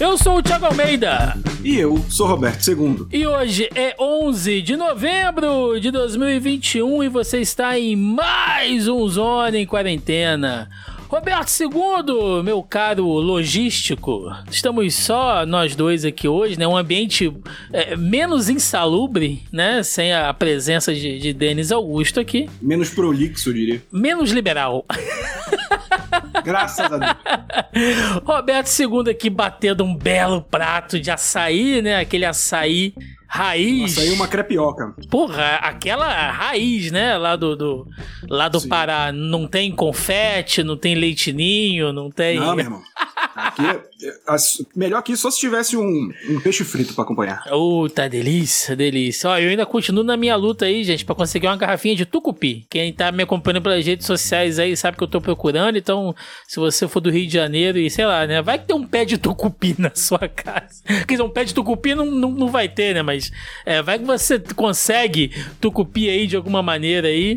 Eu sou o Thiago Almeida. E eu sou Roberto II. E hoje é 11 de novembro de 2021 e você está em mais um Zona em Quarentena. Roberto II, meu caro logístico, estamos só nós dois aqui hoje, né? Um ambiente menos insalubre, né? Sem a presença de Denis Augusto aqui. Menos prolixo, eu diria. Menos liberal. Graças a Deus. Roberto II aqui batendo um belo prato de açaí, né? Aquele açaí raiz. Açaí é uma crepioca. Porra, aquela raiz, né? Lá do Pará. Não tem confete, não tem leite ninho, não tem... Não, meu irmão. Aqui melhor que isso só se tivesse um peixe frito pra acompanhar. Tá delícia, delícia. Ó, eu ainda continuo na minha luta aí, gente, pra conseguir uma garrafinha de tucupi. Quem tá me acompanhando pelas redes sociais aí sabe que eu tô procurando, então se você for do Rio de Janeiro e sei lá, né, vai que tem um pé de tucupi na sua casa. Quer dizer, um pé de tucupi não vai ter, né, mas vai que você consegue tucupi aí de alguma maneira aí,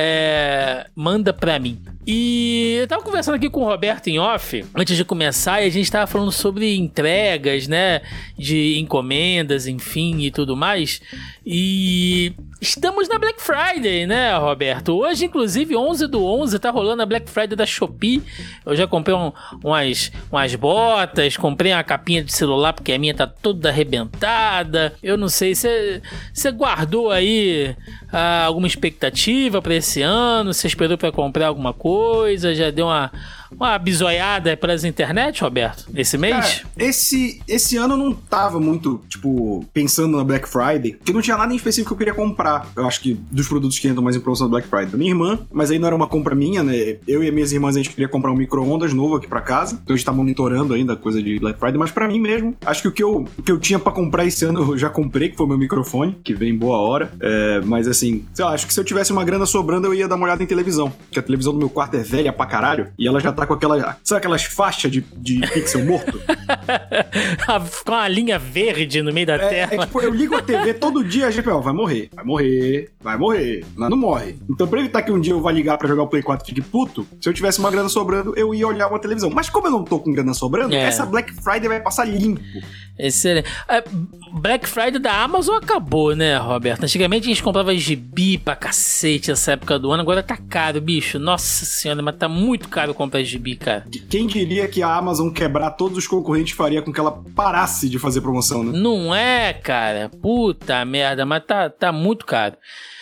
manda pra mim. E eu tava conversando aqui com o Roberto em off, antes de começar, e a gente tava falando sobre entregas, né, de encomendas, enfim, e tudo mais. E estamos na Black Friday, né, Roberto? Hoje, inclusive, 11/11, tá rolando a Black Friday da Shopee. Eu já comprei umas botas, comprei uma capinha de celular, porque a minha tá toda arrebentada. Eu não sei, você guardou aí alguma expectativa pra esse ano? Você esperou pra comprar alguma coisa? Já deu uma bisoiada pras internet, Roberto, esse mês? Cara, esse ano eu não tava muito, tipo, pensando na Black Friday, porque não tinha nada em específico que eu queria comprar. Eu acho que dos produtos que entram mais em promoção da Black Friday da minha irmã, mas aí não era uma compra minha, né? Eu e minhas irmãs, a gente queria comprar um micro-ondas novo aqui pra casa, então a gente tá monitorando ainda a coisa de Black Friday, mas pra mim mesmo, acho que o que eu tinha pra comprar esse ano eu já comprei, que foi o meu microfone, que veio em boa hora, mas assim, sei lá, acho que se eu tivesse uma grana sobrando eu ia dar uma olhada em televisão, porque a televisão do meu quarto é velha pra caralho, e ela já tá com sabe aquelas faixas de pixel morto? Com uma linha verde no meio da tela. Tipo, eu ligo a TV todo dia, a gente vai morrer, mas não morre. Então, pra evitar que um dia eu vá ligar pra jogar o Play 4 e fique puto, se eu tivesse uma grana sobrando, eu ia olhar uma televisão. Mas como eu não tô com grana sobrando, essa Black Friday vai passar limpo. Excelente. Black Friday da Amazon acabou, né, Roberto? Antigamente a gente comprava gibi pra cacete essa época do ano, agora tá caro, bicho. Nossa senhora, mas tá muito caro comprar gibi, cara. Quem diria que a Amazon quebrar todos os concorrentes faria com que ela parasse de fazer promoção, né? Não é, cara? Puta merda, mas tá muito caro.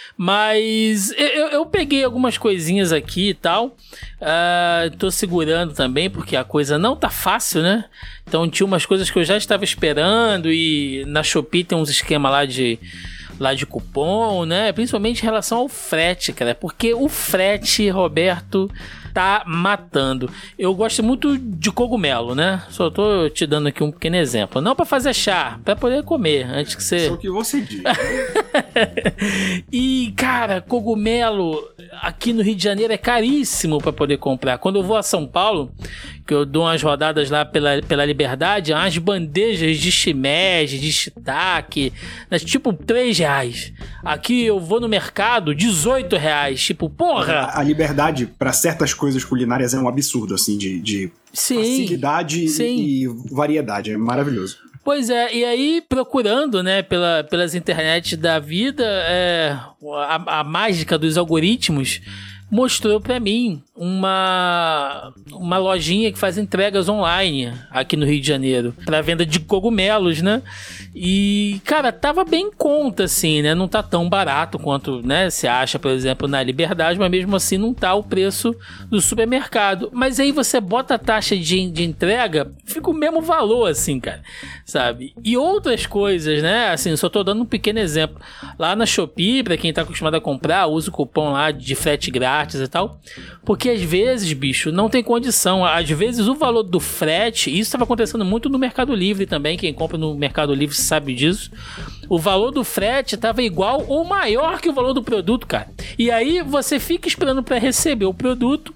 Mas eu peguei algumas coisinhas aqui e tal. Tô segurando também, porque a coisa não tá fácil, né? Então tinha umas coisas que eu já estava esperando. E na Shopee tem uns esquemas lá de cupom, né? Principalmente em relação ao frete, cara. Porque o frete, Roberto, tá matando. Eu gosto muito de cogumelo, né? Só tô te dando aqui um pequeno exemplo. Não pra fazer chá, pra poder comer antes que você... Só o que você diz. E, cara, cogumelo aqui no Rio de Janeiro é caríssimo pra poder comprar. Quando eu vou a São Paulo, que eu dou umas rodadas lá pela Liberdade, as bandejas de shimeji, de shiitake, né, tipo R$3. Aqui eu vou no mercado, R$18. Tipo, porra! A Liberdade, pra certas coisas culinárias, é um absurdo, assim, de facilidade e variedade. É maravilhoso. Pois é, e aí procurando, né, pelas internets da vida, a mágica dos algoritmos mostrou pra mim uma lojinha que faz entregas online aqui no Rio de Janeiro pra venda de cogumelos, né? E, cara, tava bem em conta, assim, né? Não tá tão barato quanto, né, você acha, por exemplo, na Liberdade, mas mesmo assim não tá o preço do supermercado. Mas aí você bota a taxa de entrega, fica o mesmo valor, assim, cara, sabe? E outras coisas, né? Assim, só tô dando um pequeno exemplo. Lá na Shopee, pra quem tá acostumado a comprar, usa o cupom lá de frete grátis e tal, porque às vezes, bicho, não tem condição. Às vezes o valor do frete, isso estava acontecendo muito no Mercado Livre também, quem compra no Mercado Livre sabe disso, o valor do frete estava igual ou maior que o valor do produto, cara. E aí você fica esperando para receber o produto, o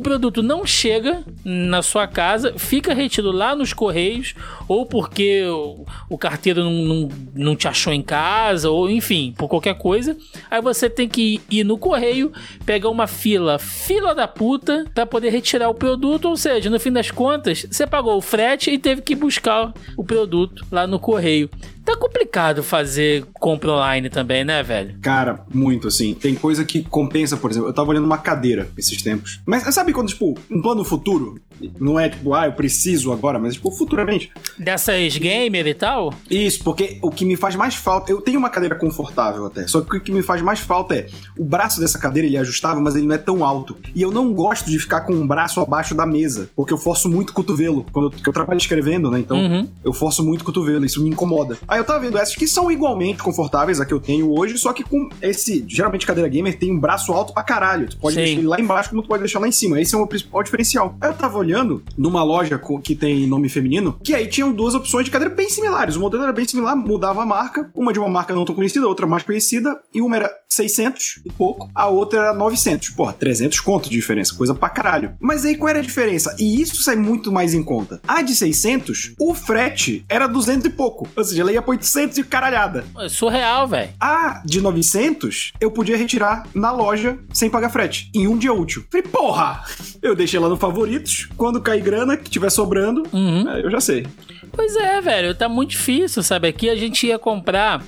o produto não chega na sua casa, fica retido lá nos Correios, ou porque o carteiro não te achou em casa, ou enfim, por qualquer coisa. Aí você tem que ir no correio, pegar uma fila da puta, pra poder retirar o produto, ou seja, no fim das contas, você pagou o frete e teve que buscar o produto lá no correio. Tá complicado fazer compra online também, né, velho? Cara, muito, assim. Tem coisa que compensa, por exemplo, eu tava olhando uma cadeira esses tempos. Mas sabe quando, tipo, um plano futuro? Não é tipo, eu preciso agora, mas, tipo, futuramente. Dessas gamer e tal? Isso, porque o que me faz mais falta... Eu tenho uma cadeira confortável até, só que o que me faz mais falta é... O braço dessa cadeira, ele é ajustável, mas ele não é tão alto. E eu não gosto de ficar com um braço abaixo da mesa, porque eu forço muito o cotovelo. Quando eu trabalho escrevendo, né? Então, eu forço muito o cotovelo, isso me incomoda. Aí eu tava vendo essas que são igualmente confortáveis, a que eu tenho hoje, só que com esse... Geralmente, cadeira gamer tem um braço alto pra caralho. Tu pode deixar ele lá embaixo, como tu pode deixar lá em cima. Esse é o principal diferencial. Aí eu tava olhando numa loja que tem nome feminino, que aí tinham duas opções de cadeira bem similares. O modelo era bem similar, mudava a marca. Uma de uma marca não tão conhecida, outra mais conhecida. E uma era 600 e pouco, a outra era 900. Porra, 300 conto de diferença, coisa pra caralho. Mas aí qual era a diferença? E isso sai muito mais em conta. A de 600, o frete era 200 e pouco. Ou seja, ela ia pra 800 e caralhada. É surreal, velho. A de 900, eu podia retirar na loja sem pagar frete, em um dia útil. Falei, porra! Eu deixei lá no favoritos, quando cair grana, que tiver sobrando, eu já sei. Pois é, velho, tá muito difícil, sabe? Aqui a gente ia comprar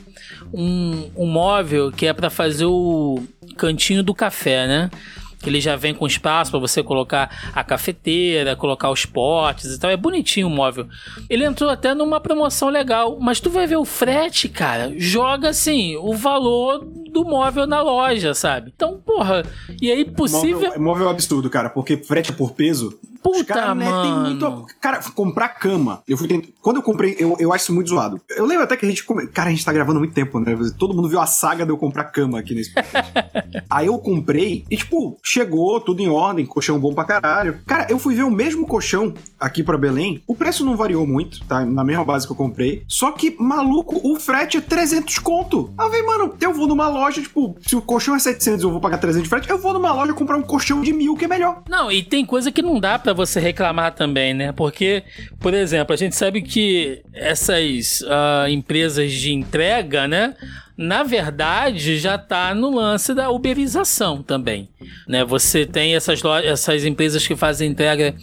um móvel que é pra fazer o cantinho do café, né? Que ele já vem com espaço pra você colocar a cafeteira, colocar os potes e tal. É bonitinho o móvel. Ele entrou até numa promoção legal, mas tu vai ver o frete, cara, joga assim, o valor do móvel na loja, sabe? Então, porra, e aí possível... Móvel é absurdo, cara, porque frete por peso... Puta, mano. Muito... Cara, comprar cama. Quando eu comprei, eu acho isso muito zoado. Eu lembro até que a gente... Cara, a gente tá gravando há muito tempo, né? Todo mundo viu a saga de eu comprar cama aqui nesse podcast. Aí eu comprei e, tipo, chegou tudo em ordem, colchão bom pra caralho. Cara, eu fui ver o mesmo colchão aqui pra Belém. O preço não variou muito, tá? Na mesma base que eu comprei. Só que, maluco, o frete é 300 conto. Ah, velho, mano, eu vou numa loja, tipo, se o colchão é 700 eu vou pagar 300 de frete, eu vou numa loja comprar um colchão de 1.000 que é melhor. Não, e tem coisa que não dá pra você reclamar também, né? Porque, por exemplo, a gente sabe que essas empresas de entrega, né? Na verdade, já tá no lance da uberização também, né? Você tem essas empresas que fazem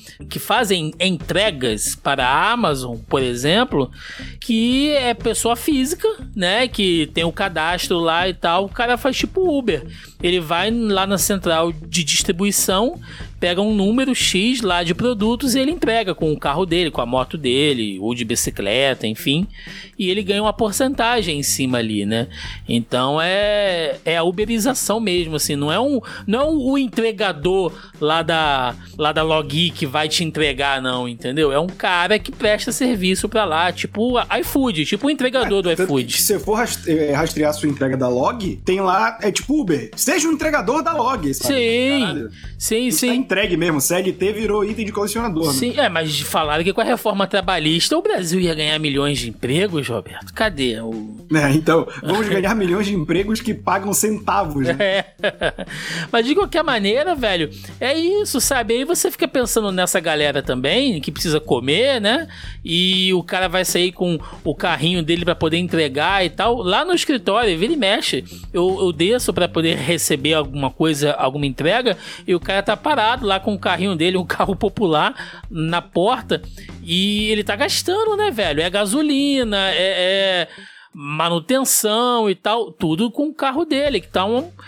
entregas para a Amazon, por exemplo, que é pessoa física, né? Que tem o cadastro lá e tal. O cara faz tipo Uber. Ele vai lá na central de distribuição, pega um número X lá de produtos e ele entrega com o carro dele, com a moto dele, ou de bicicleta, enfim. E ele ganha uma porcentagem em cima ali, né? Então é a uberização mesmo, assim. Não é o entregador lá da Logi que vai te entregar, não, entendeu? É um cara que presta serviço pra lá, tipo iFood, tipo o entregador do iFood. Se você for rastrear a sua entrega da Log, tem lá, é tipo Uber. Seja um entregador da Log, sabe? Sim, sim, isso sim. Tá entregue mesmo, CLT virou item de colecionador, sim, né? Mas falaram que com a reforma trabalhista o Brasil ia ganhar milhões de empregos, Roberto. Cadê o... Então, vamos ganhar milhões de empregos que pagam centavos, né? Mas de qualquer maneira, velho, é isso, sabe? Aí você fica pensando nessa galera também, que precisa comer, né? E o cara vai sair com o carrinho dele pra poder entregar e tal. Lá no escritório, vira e mexe. Eu desço pra poder receber alguma coisa, alguma entrega, e o cara tá parado lá com o carrinho dele, um carro popular, na porta, e ele tá gastando, né, velho? É gasolina, é manutenção e tal, tudo com o carro dele, que tá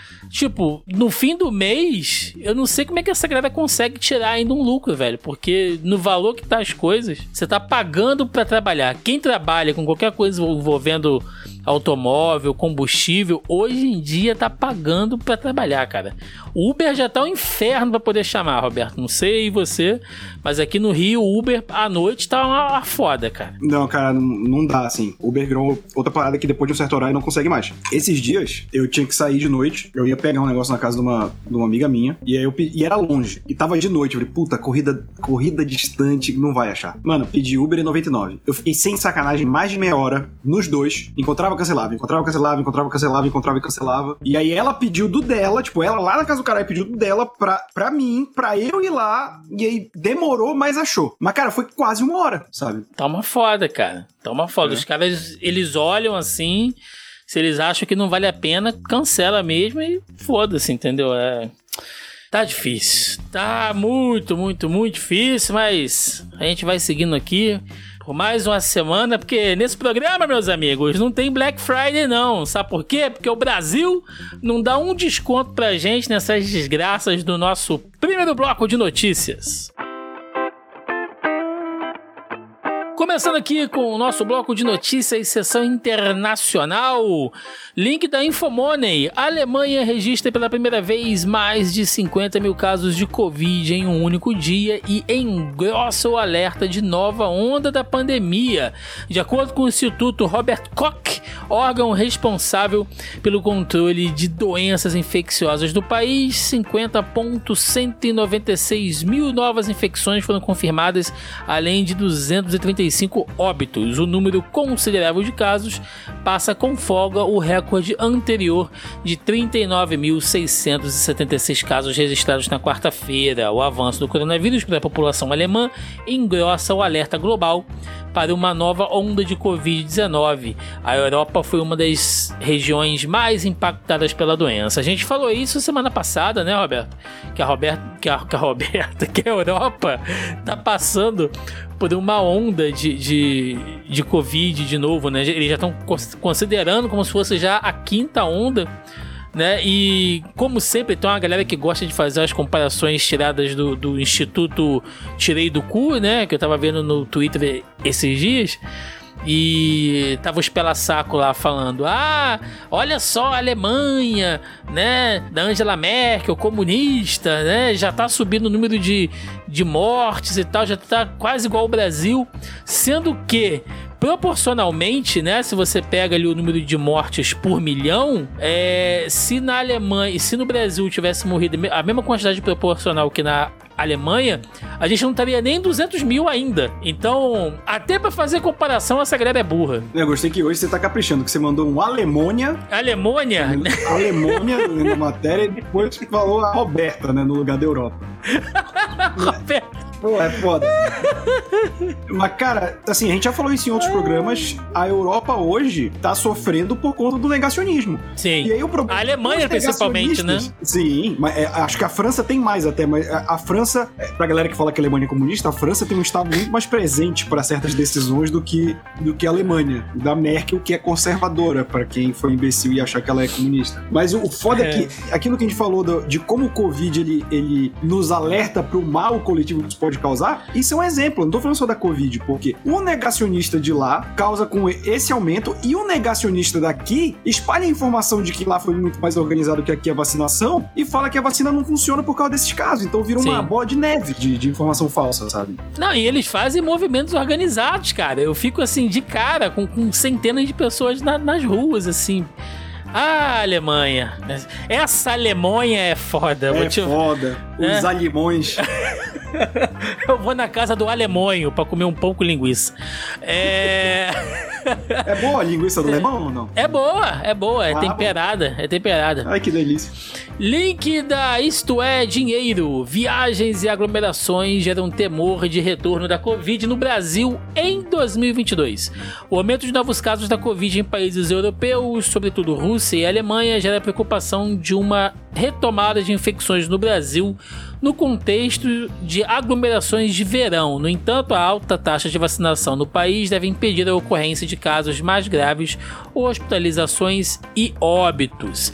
tipo, no fim do mês, eu não sei como é que essa galera consegue tirar ainda um lucro, velho, porque no valor que tá as coisas, você tá pagando pra trabalhar. Quem trabalha com qualquer coisa envolvendo automóvel, combustível, hoje em dia tá pagando pra trabalhar, cara. O Uber já tá um inferno pra poder chamar, Roberto. Não sei você, mas aqui no Rio, o Uber à noite tá uma foda, cara. Não, cara, não dá, assim. Uber virou outra parada que depois de um certo horário não consegue mais. Esses dias, eu tinha que sair de noite, eu ia pegar um negócio na casa de uma amiga minha, e aí e era longe, e tava de noite. Eu falei, puta, corrida distante, não vai achar. Mano, pedi Uber em 99. Eu fiquei sem sacanagem mais de meia hora nos dois, encontrava encontrava, cancelava, encontrava, cancelava, encontrava, cancelava, encontrava e cancelava. E aí ela pediu do dela, tipo, ela lá na casa do caralho pediu do dela pra mim, pra eu ir lá, e aí demorou, mas achou. Mas, cara, foi quase 1 hora, sabe? Tá uma foda, cara. Tá uma foda. Os caras, eles olham assim, se eles acham que não vale a pena, cancela mesmo e foda-se, entendeu? Tá difícil. Tá muito, muito, muito difícil, mas a gente vai seguindo aqui por mais uma semana, porque nesse programa, meus amigos, não tem Black Friday não. Sabe por quê? Porque o Brasil não dá um desconto pra gente nessas desgraças do nosso primeiro bloco de notícias. Começando aqui com o nosso bloco de notícias, sessão internacional. Link da Infomoney. A Alemanha registra pela primeira vez mais de 50 mil casos de Covid em um único dia e engrossa o alerta de nova onda da pandemia. De acordo com o Instituto Robert Koch, órgão responsável pelo controle de doenças infecciosas do país, 50.196 mil novas infecções foram confirmadas, além de 235 óbitos. O número considerável de casos passa com folga o recorde anterior de 39.676 casos registrados na quarta-feira. O avanço do coronavírus para a população alemã engrossa o alerta global para uma nova onda de Covid-19. A Europa foi uma das regiões mais impactadas pela doença. A gente falou isso semana passada, né, Roberto? Que a Europa tá passando por uma onda de Covid de novo, né? Eles já estão considerando como se fosse já a 5ª onda, né? E como sempre tem uma galera que gosta de fazer as comparações tiradas do Instituto Tirei do Cu, né? Que eu tava vendo no Twitter esses dias. E tava os pela-saco lá falando: olha só a Alemanha, né, da Angela Merkel, comunista, né, já tá subindo o número de mortes e tal, já tá quase igual ao Brasil, sendo que proporcionalmente, né, se você pega ali o número de mortes por milhão, se na Alemanha e se no Brasil tivesse morrido a mesma quantidade proporcional que na Alemanha, a gente não estaria nem 200 mil ainda. Então, até pra fazer comparação, essa galera é burra. Eu gostei que hoje você tá caprichando, que você mandou um Alemônia. Alemônia? Alemônia na matéria e depois falou a Roberta, né, no lugar da Europa. Roberta. Pô, é foda. Mas, cara, assim, a gente já falou isso em outros programas. A Europa hoje tá sofrendo por conta do negacionismo. Sim. E aí o problema, a Alemanha, principalmente, né? Sim, mas acho que a França tem mais até, mas a França, pra galera que fala que a Alemanha é comunista, a França tem um estado muito mais presente para certas decisões do que a Alemanha, da Merkel, que é conservadora, pra quem foi imbecil e achar que ela é comunista. Mas o foda é que aquilo que a gente falou de como o Covid ele nos alerta pro mal coletivo que isso pode causar, isso é um exemplo. Eu não tô falando só da Covid, porque o negacionista de lá causa com esse aumento e o negacionista daqui espalha a informação de que lá foi muito mais organizado que aqui a vacinação e fala que a vacina não funciona por causa desses casos. Então vira uma bola de neve de informação falsa, sabe? Não, e eles fazem movimentos organizados, cara. Eu fico assim de cara com centenas de pessoas nas ruas, assim. Alemanha. Essa Alemanha é foda. Foda. Os alemões. Eu vou na casa do Alemonho pra comer um pão com linguiça. É boa a linguiça do alemão ou não? É boa. É temperada. É temperada. Ai, que delícia. Link da Isto É Dinheiro. Viagens e aglomerações geram temor de retorno da Covid no Brasil em 2022. O aumento de novos casos da Covid em países europeus, sobretudo Rússia e Alemanha, gera preocupação de uma retomada de infecções no Brasil no contexto de aglomerações de verão. No entanto, a alta taxa de vacinação no país deve impedir a ocorrência de casos mais graves, hospitalizações e óbitos.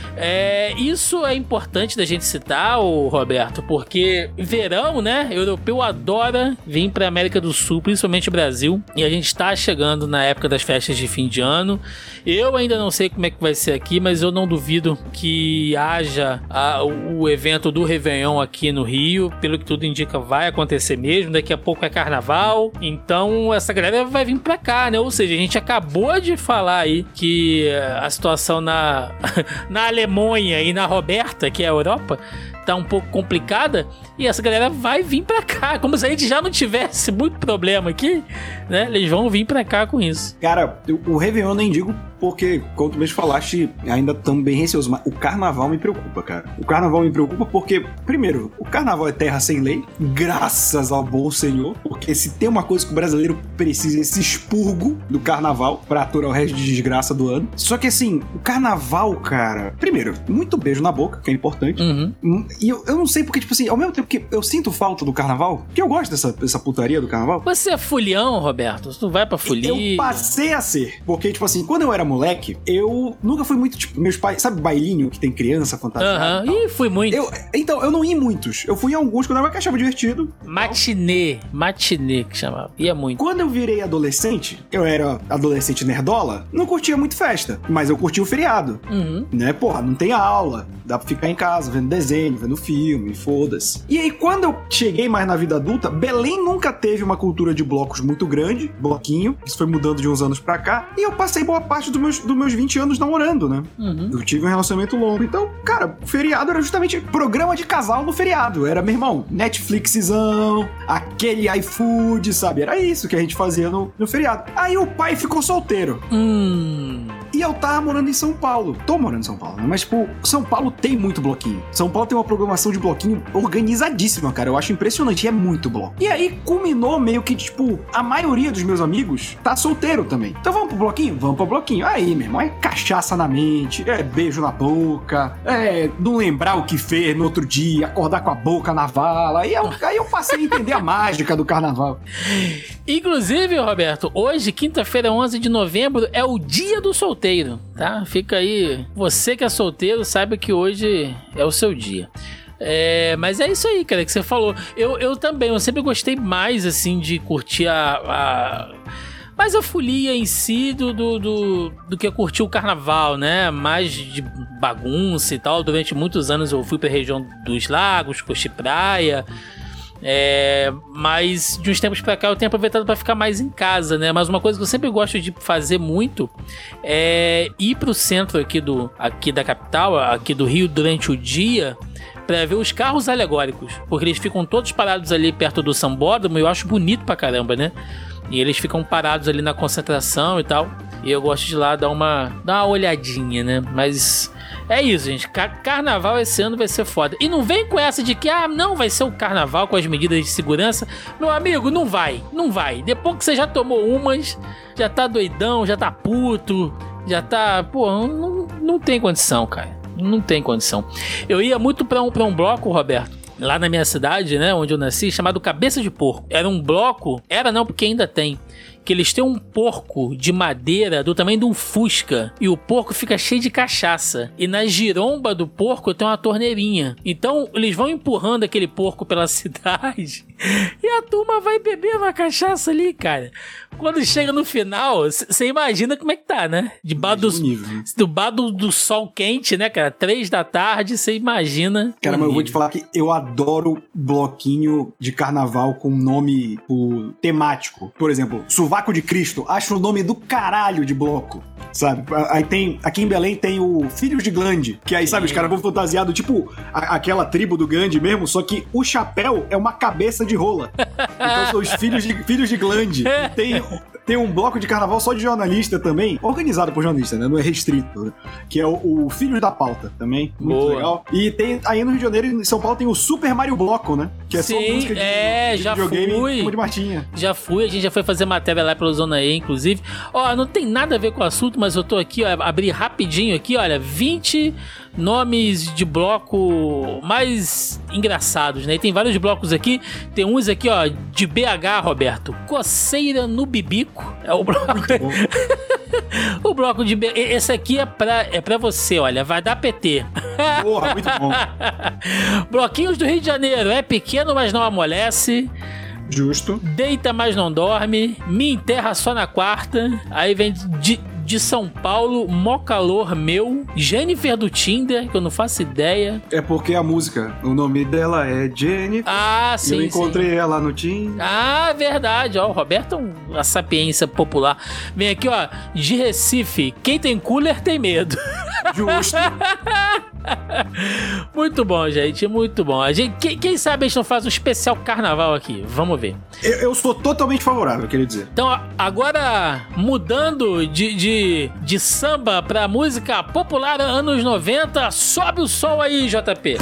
Isso é importante da gente citar, Roberto, porque verão, né? Europeu adora vir pra América do Sul, principalmente o Brasil, e a gente está chegando na época das festas de fim de ano. Eu ainda não sei como é que vai ser aqui, mas eu não duvido que haja o evento do Réveillon aqui no Rio. Pelo que tudo indica, vai acontecer mesmo. Daqui a pouco é carnaval, então essa galera vai vir pra cá, né? Ou seja, a gente acabou de falar aí que a situação na Alemanha e na Roberta, que é a Europa, tá um pouco complicada, e essa galera vai vir pra cá, como se a gente já não tivesse muito problema aqui, né? Eles vão vir pra cá com isso. Cara, o Réveillon nem digo porque, como tu mesmo falaste, ainda tão bem receoso, mas o carnaval me preocupa, cara. O carnaval me preocupa porque, primeiro, o carnaval é terra sem lei, graças ao bom senhor, porque se tem uma coisa que o brasileiro precisa, é esse expurgo do carnaval pra aturar o resto de desgraça do ano. Só que assim, o carnaval, cara, primeiro, muito beijo na boca, que é importante. E eu não sei porque, tipo assim, ao mesmo tempo que eu sinto falta do carnaval, porque eu gosto dessa putaria do carnaval. Você é fulião, Roberto? Tu vai pra folia? Eu passei a ser. Porque, tipo assim, quando eu era moleque, eu nunca fui muito, tipo, meus pais, sabe bailinho que tem criança fantasiada? Ih, fui muito. Então, eu não ia em muitos. Eu fui em alguns quando eu achava divertido. Matinê que chamava. Ia muito. Quando eu virei adolescente, eu era adolescente nerdola, não curtia muito festa, mas eu curtia o feriado. Né? Porra, não tem aula, dá pra ficar em casa vendo desenho, vendo filme, foda-se. E aí, quando eu cheguei mais na vida adulta, Belém nunca teve uma cultura de blocos muito grande, bloquinho, isso foi mudando de uns anos pra cá, e eu passei boa parte dos meus 20 anos namorando, né? Eu tive um relacionamento longo. Então, cara, o feriado era justamente programa de casal no feriado. Era, meu irmão, Netflixzão, aquele iFood, sabe? Era isso que a gente fazia no feriado. Aí o pai ficou solteiro. E eu tava morando em São Paulo. Tô morando em São Paulo, né? Mas, tipo, São Paulo tem muito bloquinho. São Paulo tem uma programação de bloquinho organizadíssima, cara. Eu acho impressionante. E é muito bloco. E aí, culminou meio que, tipo, a maioria dos meus amigos tá solteiro também. Então, vamos pro bloquinho? Vamos pro bloquinho. Aí, meu irmão, é cachaça na mente, é beijo na boca, é não lembrar o que fez no outro dia, acordar com a boca na vala. Aí eu passei a entender a mágica do carnaval. Inclusive, Roberto, hoje, quinta-feira, 11 de novembro, é o dia do solteiro, tá? Fica aí. Você que é solteiro sabe que hoje é o seu dia. Mas é isso aí, cara, que você falou. Eu também, eu sempre gostei mais, assim, de curtir mais a folia em si do que curtir o carnaval, né? Mais de bagunça e tal. Durante muitos anos eu fui pra região dos lagos, curti praia. Mas de uns tempos pra cá eu tenho aproveitado pra ficar mais em casa, né? Mas uma coisa que eu sempre gosto de fazer muito é ir pro centro aqui da capital, aqui do Rio, durante o dia, pra ver os carros alegóricos, porque eles ficam todos parados ali perto do Sambódromo e eu acho bonito pra caramba, né? E eles ficam parados ali na concentração e tal, e eu gosto de ir lá dar uma olhadinha, né? Mas é isso, gente. Carnaval esse ano vai ser foda. E não vem com essa de que, não vai ser o carnaval com as medidas de segurança. Meu amigo, não vai. Depois que você já tomou umas, já tá doidão, já tá puto, já tá... Pô, não tem condição, cara. Não tem condição. Eu ia muito pra um bloco, Roberto, lá na minha cidade, né, onde eu nasci, chamado Cabeça de Porco. Era um bloco... Era não, porque ainda tem... Que eles têm um porco de madeira do tamanho de um Fusca. E o porco fica cheio de cachaça. E na giromba do porco tem uma torneirinha. Então eles vão empurrando aquele porco pela cidade. E a turma vai bebendo a cachaça ali, cara. Quando chega no final, você imagina como é que tá, né? Debaixo do sol quente, né, cara? 3 da tarde, você imagina. Cara, mas eu vou te falar que eu adoro bloquinho de carnaval com nome temático. Por exemplo, Sovaco de Cristo. Acho o nome do caralho de bloco, sabe? Aí tem... Aqui em Belém tem o Filhos de Glande, que aí, sabe, os caras vão fantasiado tipo aquela tribo do Gandhi mesmo, só que o chapéu é uma cabeça de rola. Então são os filhos de Glande. Tem um bloco de carnaval só de jornalista também, organizado por jornalista, né? Não é restrito, né? Que é o Filhos da Pauta também, muito legal. E tem aí no Rio de Janeiro e em São Paulo tem o Super Mario Bloco, né? Que é só música de já videogame fui. De Martinha. Já fui, a gente já foi fazer matéria lá pela Zona E, inclusive. Não tem nada a ver com o assunto, mas eu tô aqui, abri rapidinho aqui, olha, 20 nomes de bloco mais engraçados, né? E tem vários blocos aqui, tem uns aqui, de BH, Roberto. Coceira no Bibico, é o bloco. O bloco de BH, esse aqui é pra você, olha, vai dar PT. Porra, muito bom. Bloquinhos do Rio de Janeiro, é pequeno, mas não amolece. Justo. Deita, mas não dorme. Me enterra só na quarta. Aí vem de São Paulo, Mó Calor Meu. Jennifer do Tinder, que eu não faço ideia. É porque a música, o nome dela é Jennifer. Sim, eu encontrei ela no Tinder. Verdade. O Roberto é uma sapiência popular. Vem aqui, de Recife. Quem tem cooler tem medo. Justo. Muito bom, gente, muito bom. Quem sabe a gente não faz um especial carnaval aqui? Vamos ver. Eu sou totalmente favorável, queria dizer. Então, agora, mudando de samba pra música popular anos 90, sobe o som aí, JP.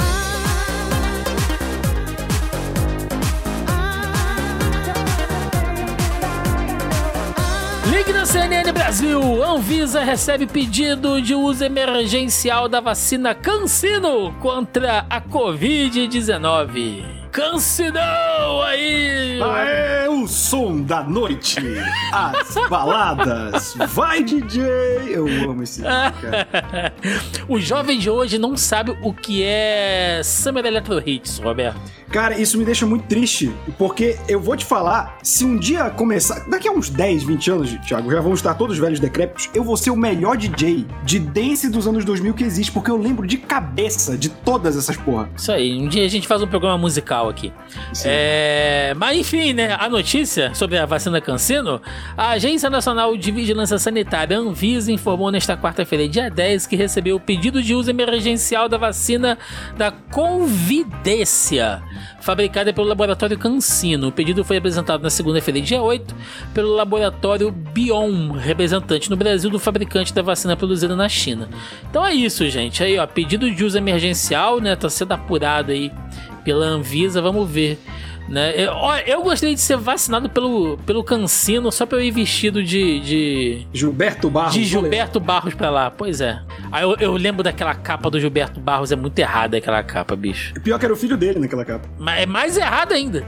Link na CNN Brasil. Anvisa recebe pedido de uso emergencial da vacina CanSino contra a Covid-19. CanSinão aí! Aê, o som da noite! As baladas! Vai, DJ! Eu amo esse cara. O jovem de hoje não sabe o que é Summer Electro Hits, Roberto. Cara, isso me deixa muito triste, porque eu vou te falar, se um dia começar, daqui a uns 10, 20 anos, Thiago, já vamos estar todos velhos decrépitos, eu vou ser o melhor DJ de dance dos anos 2000 que existe, porque eu lembro de cabeça de todas essas porra. Isso aí, um dia a gente faz um programa musical aqui. Mas enfim, né, a notícia sobre a vacina CanSino, a Agência Nacional de Vigilância Sanitária, Anvisa, informou nesta quarta-feira, dia 10, que recebeu o pedido de uso emergencial da vacina da Convidência, fabricada pelo laboratório CanSino. O pedido foi apresentado na segunda-feira, dia 8, pelo laboratório Bion, representante no Brasil do fabricante da vacina produzida na China. Então é isso, gente. Aí, ó, pedido de uso emergencial, né? Tá sendo apurado aí pela Anvisa, vamos ver. Né? Eu gostaria de ser vacinado pelo CanSino só pra eu ir vestido de Gilberto Barros. De Gilberto Barros pra lá, pois é. Aí eu lembro daquela capa do Gilberto Barros, é muito errada aquela capa, bicho. Pior que era o filho dele naquela capa. Mas é mais errado ainda.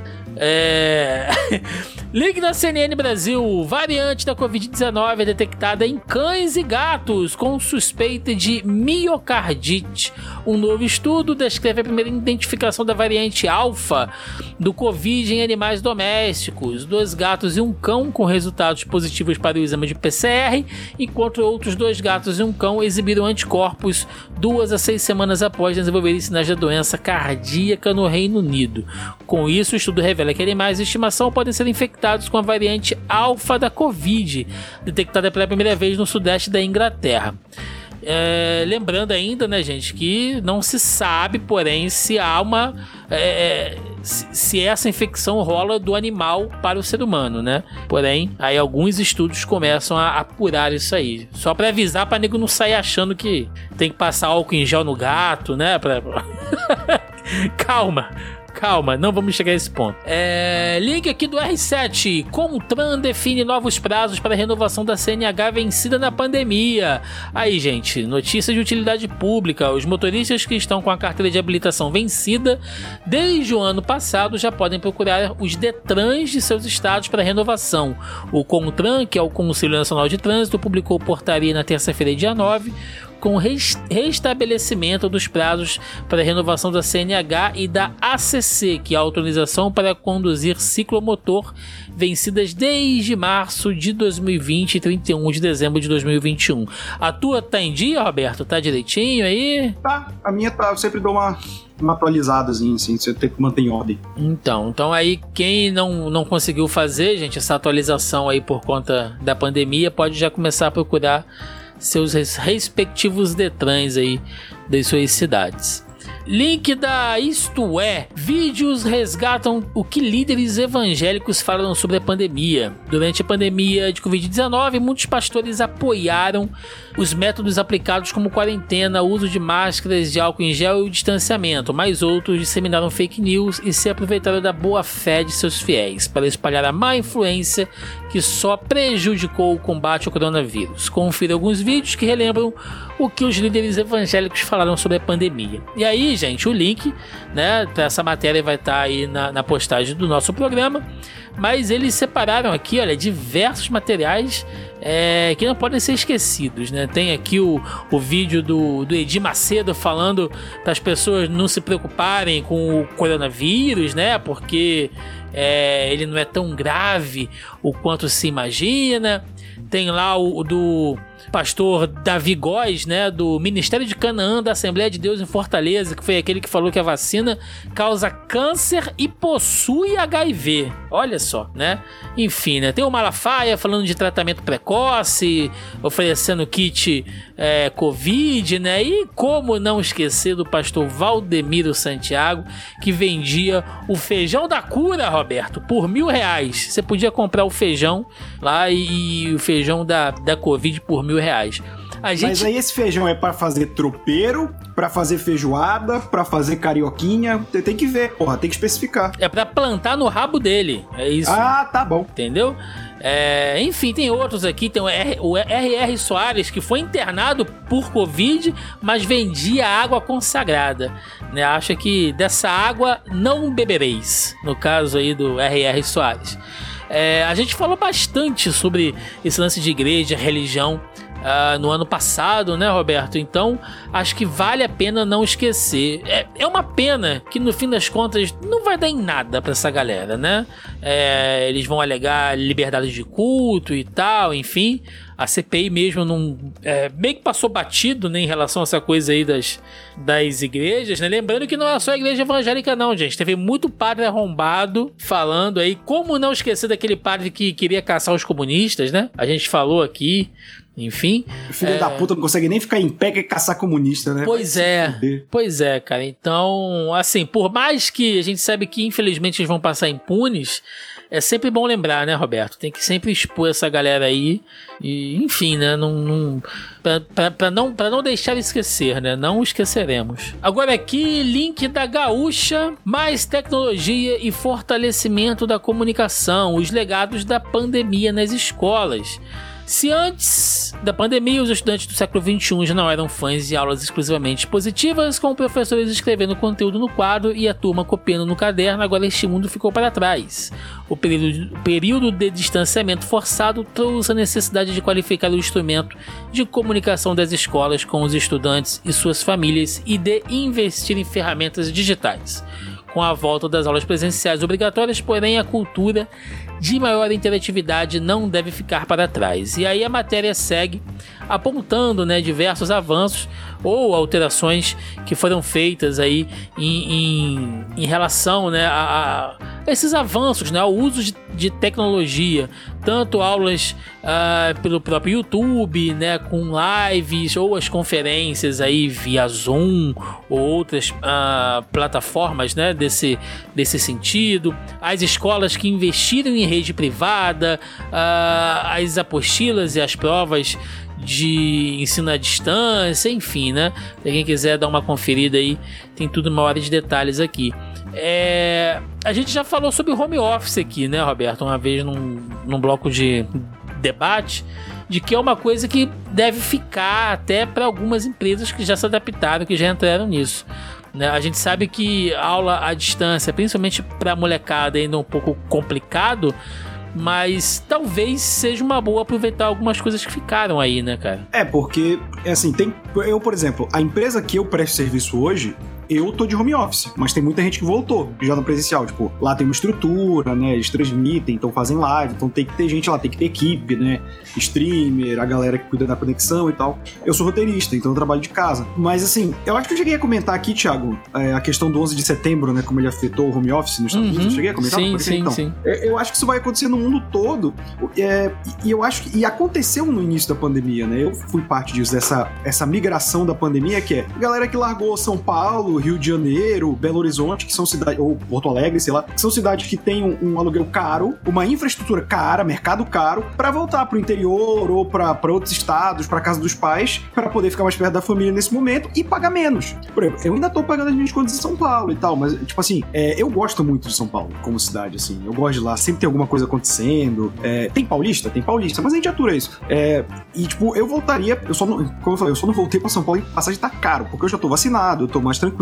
Link na CNN Brasil. Variante da Covid-19 é detectada em cães e gatos com suspeita de miocardite. Um novo estudo descreve a primeira identificação da variante alfa do Covid em animais domésticos. 2 gatos e um cão com resultados positivos para o exame de PCR, enquanto outros 2 gatos e um cão exibiram anticorpos 2 a 6 semanas após desenvolverem sinais da doença cardíaca no Reino Unido. Com isso, o estudo revela que animais de estimação podem ser infectados com a variante alfa da Covid, detectada pela primeira vez no sudeste da Inglaterra. Lembrando ainda, né, gente, que não se sabe, porém, se há uma... se essa infecção rola do animal para o ser humano, né? Porém, aí alguns estudos começam a apurar isso aí. Só para avisar, para nego não sair achando que tem que passar álcool em gel no gato, né? Calma, não vamos chegar a esse ponto. Link aqui do R7. Contran define novos prazos para a renovação da CNH vencida na pandemia. Aí, gente, notícia de utilidade pública. Os motoristas que estão com a carteira de habilitação vencida desde o ano passado já podem procurar os Detrans de seus estados para renovação. O Contran, que é o Conselho Nacional de Trânsito, publicou portaria na terça-feira, dia 9, com restabelecimento dos prazos para a renovação da CNH e da ACC, que é a autorização para conduzir ciclomotor, vencidas desde março de 2020 e 31 de dezembro de 2021. A tua tá em dia, Roberto? Tá direitinho aí? Tá, a minha tá, eu sempre dou uma atualizadazinha, assim, você tem que manter em ordem. Então aí quem não conseguiu fazer, gente, essa atualização aí por conta da pandemia, pode já começar a procurar seus respectivos Detrans aí das suas cidades. Link da Isto É. Vídeos resgatam o que líderes evangélicos falam sobre a pandemia. Durante a pandemia de Covid-19, muitos pastores apoiaram os métodos aplicados como quarentena, uso de máscaras de álcool em gel e o distanciamento, mas outros disseminaram fake news e se aproveitaram da boa fé de seus fiéis para espalhar a má influência que só prejudicou o combate ao coronavírus. Confira alguns vídeos que relembram o que os líderes evangélicos falaram sobre a pandemia. E aí, gente, o link, né, para essa matéria vai estar aí na postagem do nosso programa, mas eles separaram aqui, olha, diversos materiais que não podem ser esquecidos, né? Tem aqui o vídeo do Edir Macedo falando para as pessoas não se preocuparem com o coronavírus, né? Porque ele não é tão grave o quanto se imagina. Tem lá o do pastor Davi Góes, né, do Ministério de Canaã da Assembleia de Deus em Fortaleza, que foi aquele que falou que a vacina causa câncer e possui HIV. Olha só, né? Enfim, né? Tem o Malafaia falando de tratamento precoce, oferecendo kit Covid, né? E como não esquecer do pastor Valdemiro Santiago, que vendia o feijão da cura, Roberto, por R$1.000. Você podia comprar o feijão lá e o feijão da Covid por R$1.000. Mas aí esse feijão é pra fazer tropeiro, pra fazer feijoada, pra fazer carioquinha. Tem que ver, porra, tem que especificar. É pra plantar no rabo dele, é isso. Ah, tá bom. Entendeu? Enfim, tem outros aqui. Tem o R.R. Soares, que foi internado por Covid, mas vendia água consagrada, né? Acha que dessa água não bebereis. No caso aí do R.R. Soares. A gente falou bastante sobre esse lance de igreja, religião, no ano passado, né, Roberto? Então, acho que vale a pena não esquecer. É uma pena que, no fim das contas, não vai dar em nada pra essa galera, né? Eles vão alegar liberdade de culto e tal, enfim. A CPI mesmo meio que passou batido, né, em relação a essa coisa aí das igrejas, né? Lembrando que não é só a igreja evangélica não, gente. Teve muito padre arrombado falando aí. Como não esquecer daquele padre que queria caçar os comunistas, né? A gente falou aqui. Enfim. Filho da puta não consegue nem ficar em pé, que é caçar comunista, né? Pois é, cara. Então, assim, por mais que a gente sabe que infelizmente eles vão passar impunes, é sempre bom lembrar, né, Roberto? Tem que sempre expor essa galera aí. E, enfim, né? Pra não deixar esquecer, né? Não esqueceremos. Agora aqui, link da Gaúcha, mais tecnologia e fortalecimento da comunicação, os legados da pandemia nas escolas. Se antes da pandemia os estudantes do século XXI já não eram fãs de aulas exclusivamente positivas, com professores escrevendo conteúdo no quadro e a turma copiando no caderno, agora este mundo ficou para trás. O período de distanciamento forçado trouxe a necessidade de qualificar o instrumento de comunicação das escolas com os estudantes e suas famílias e de investir em ferramentas digitais. Com a volta das aulas presenciais obrigatórias, porém, a cultura de maior interatividade não deve ficar para trás. E aí a matéria segue apontando, né, diversos avanços ou alterações que foram feitas aí em relação, né, a esses avanços, né, ao uso de tecnologia, tanto aulas pelo próprio YouTube, né, com lives ou as conferências aí via Zoom ou outras plataformas, né, desse sentido, as escolas que investiram em rede privada, as apostilas e as provas de ensino à distância, enfim, né? Se quem quiser dar uma conferida aí, tem tudo uma hora de detalhes aqui. A gente já falou sobre home office aqui, né, Roberto? Uma vez num bloco de debate, de que é uma coisa que deve ficar até para algumas empresas que já se adaptaram, que já entraram nisso. A gente sabe que aula à distância, principalmente para a molecada, ainda é um pouco complicado, mas talvez seja uma boa aproveitar algumas coisas que ficaram aí, né, cara? Porque, assim, eu, por exemplo, a empresa que eu presto serviço hoje, eu tô de home office, mas tem muita gente que voltou já no presencial, tipo, lá tem uma estrutura, né, eles transmitem, então fazem live, então tem que ter gente lá, tem que ter equipe, né, streamer, a galera que cuida da conexão e tal. Eu sou roteirista, então eu trabalho de casa. Mas assim, eu acho que eu cheguei a comentar aqui, Thiago, a questão do 11 de setembro, né, como ele afetou o home office nos Estados Unidos. Eu cheguei a comentar? Sim. Eu acho que isso vai acontecer no mundo todo, e eu acho que aconteceu no início da pandemia, né, eu fui parte disso, essa migração da pandemia, que é a galera que largou São Paulo, Rio de Janeiro, Belo Horizonte, que são cidades, ou Porto Alegre, sei lá, que são cidades que têm um aluguel caro, uma infraestrutura cara, mercado caro, pra voltar pro interior ou pra outros estados, pra casa dos pais, pra poder ficar mais perto da família nesse momento e pagar menos. Por exemplo, eu ainda tô pagando as minhas contas em São Paulo e tal, mas, tipo assim, eu gosto muito de São Paulo como cidade, assim, eu gosto de lá, sempre tem alguma coisa acontecendo. Tem paulista, mas a gente atura isso. E, tipo, eu voltaria, como eu falei, eu só não voltei pra São Paulo e passagem tá caro, porque eu já tô vacinado, eu tô mais tranquilo.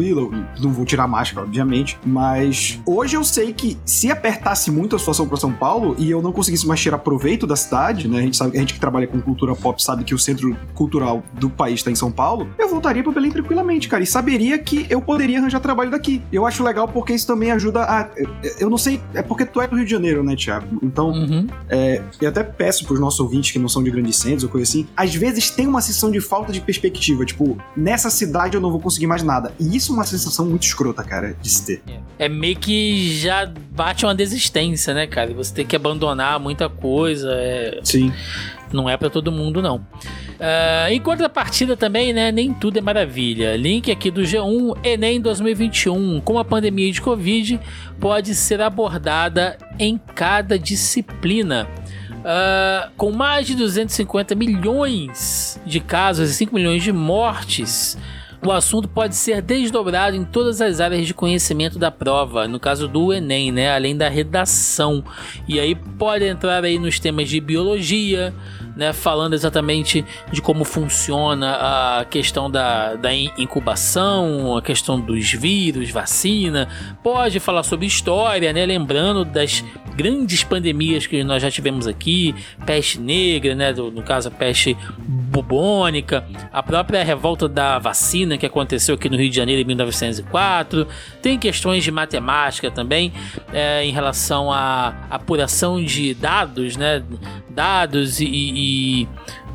tranquilo, não vou tirar máscara, obviamente, mas hoje eu sei que se apertasse muito a situação para São Paulo e eu não conseguisse mais tirar proveito da cidade, né, a gente que trabalha com cultura pop sabe que o centro cultural do país está em São Paulo, eu voltaria para Belém tranquilamente, cara, e saberia que eu poderia arranjar trabalho daqui. Eu acho legal porque isso também ajuda a... Eu não sei, é porque tu é do Rio de Janeiro, né, Thiago? Então, eu até peço pros nossos ouvintes que não são de grandes centros ou coisa assim, às vezes tem uma sensação de falta de perspectiva, tipo, nessa cidade eu não vou conseguir mais nada. E isso é uma sensação muito escrota, cara, de se ter. É meio que já bate uma desistência, né, cara? Você tem que abandonar muita coisa. Sim. Não é pra todo mundo, não. Em contrapartida também, né, nem tudo é maravilha. Link aqui do G1, Enem 2021, como a pandemia de Covid pode ser abordada em cada disciplina. Com mais de 250 milhões de casos e 5 milhões de mortes, o assunto pode ser desdobrado em todas as áreas de conhecimento da prova, no caso do Enem, né, além da redação. E aí pode entrar aí nos temas de biologia, né, falando exatamente de como funciona a questão da incubação, a questão dos vírus, vacina. Pode falar sobre história, né, lembrando das grandes pandemias que nós já tivemos aqui, peste negra, né, no caso a peste bubônica, a própria revolta da vacina que aconteceu aqui no Rio de Janeiro em 1904. Tem questões de matemática também, em relação à apuração de dados, né, dados e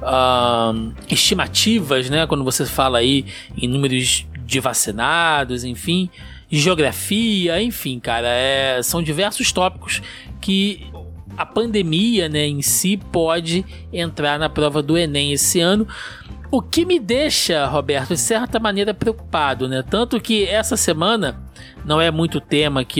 estimativas, né, quando você fala aí em números de vacinados, enfim, geografia, enfim, cara, são diversos tópicos que a pandemia, né, em si pode entrar na prova do Enem esse ano. O que me deixa, Roberto, de certa maneira preocupado, né? Tanto que essa semana não é muito tema aqui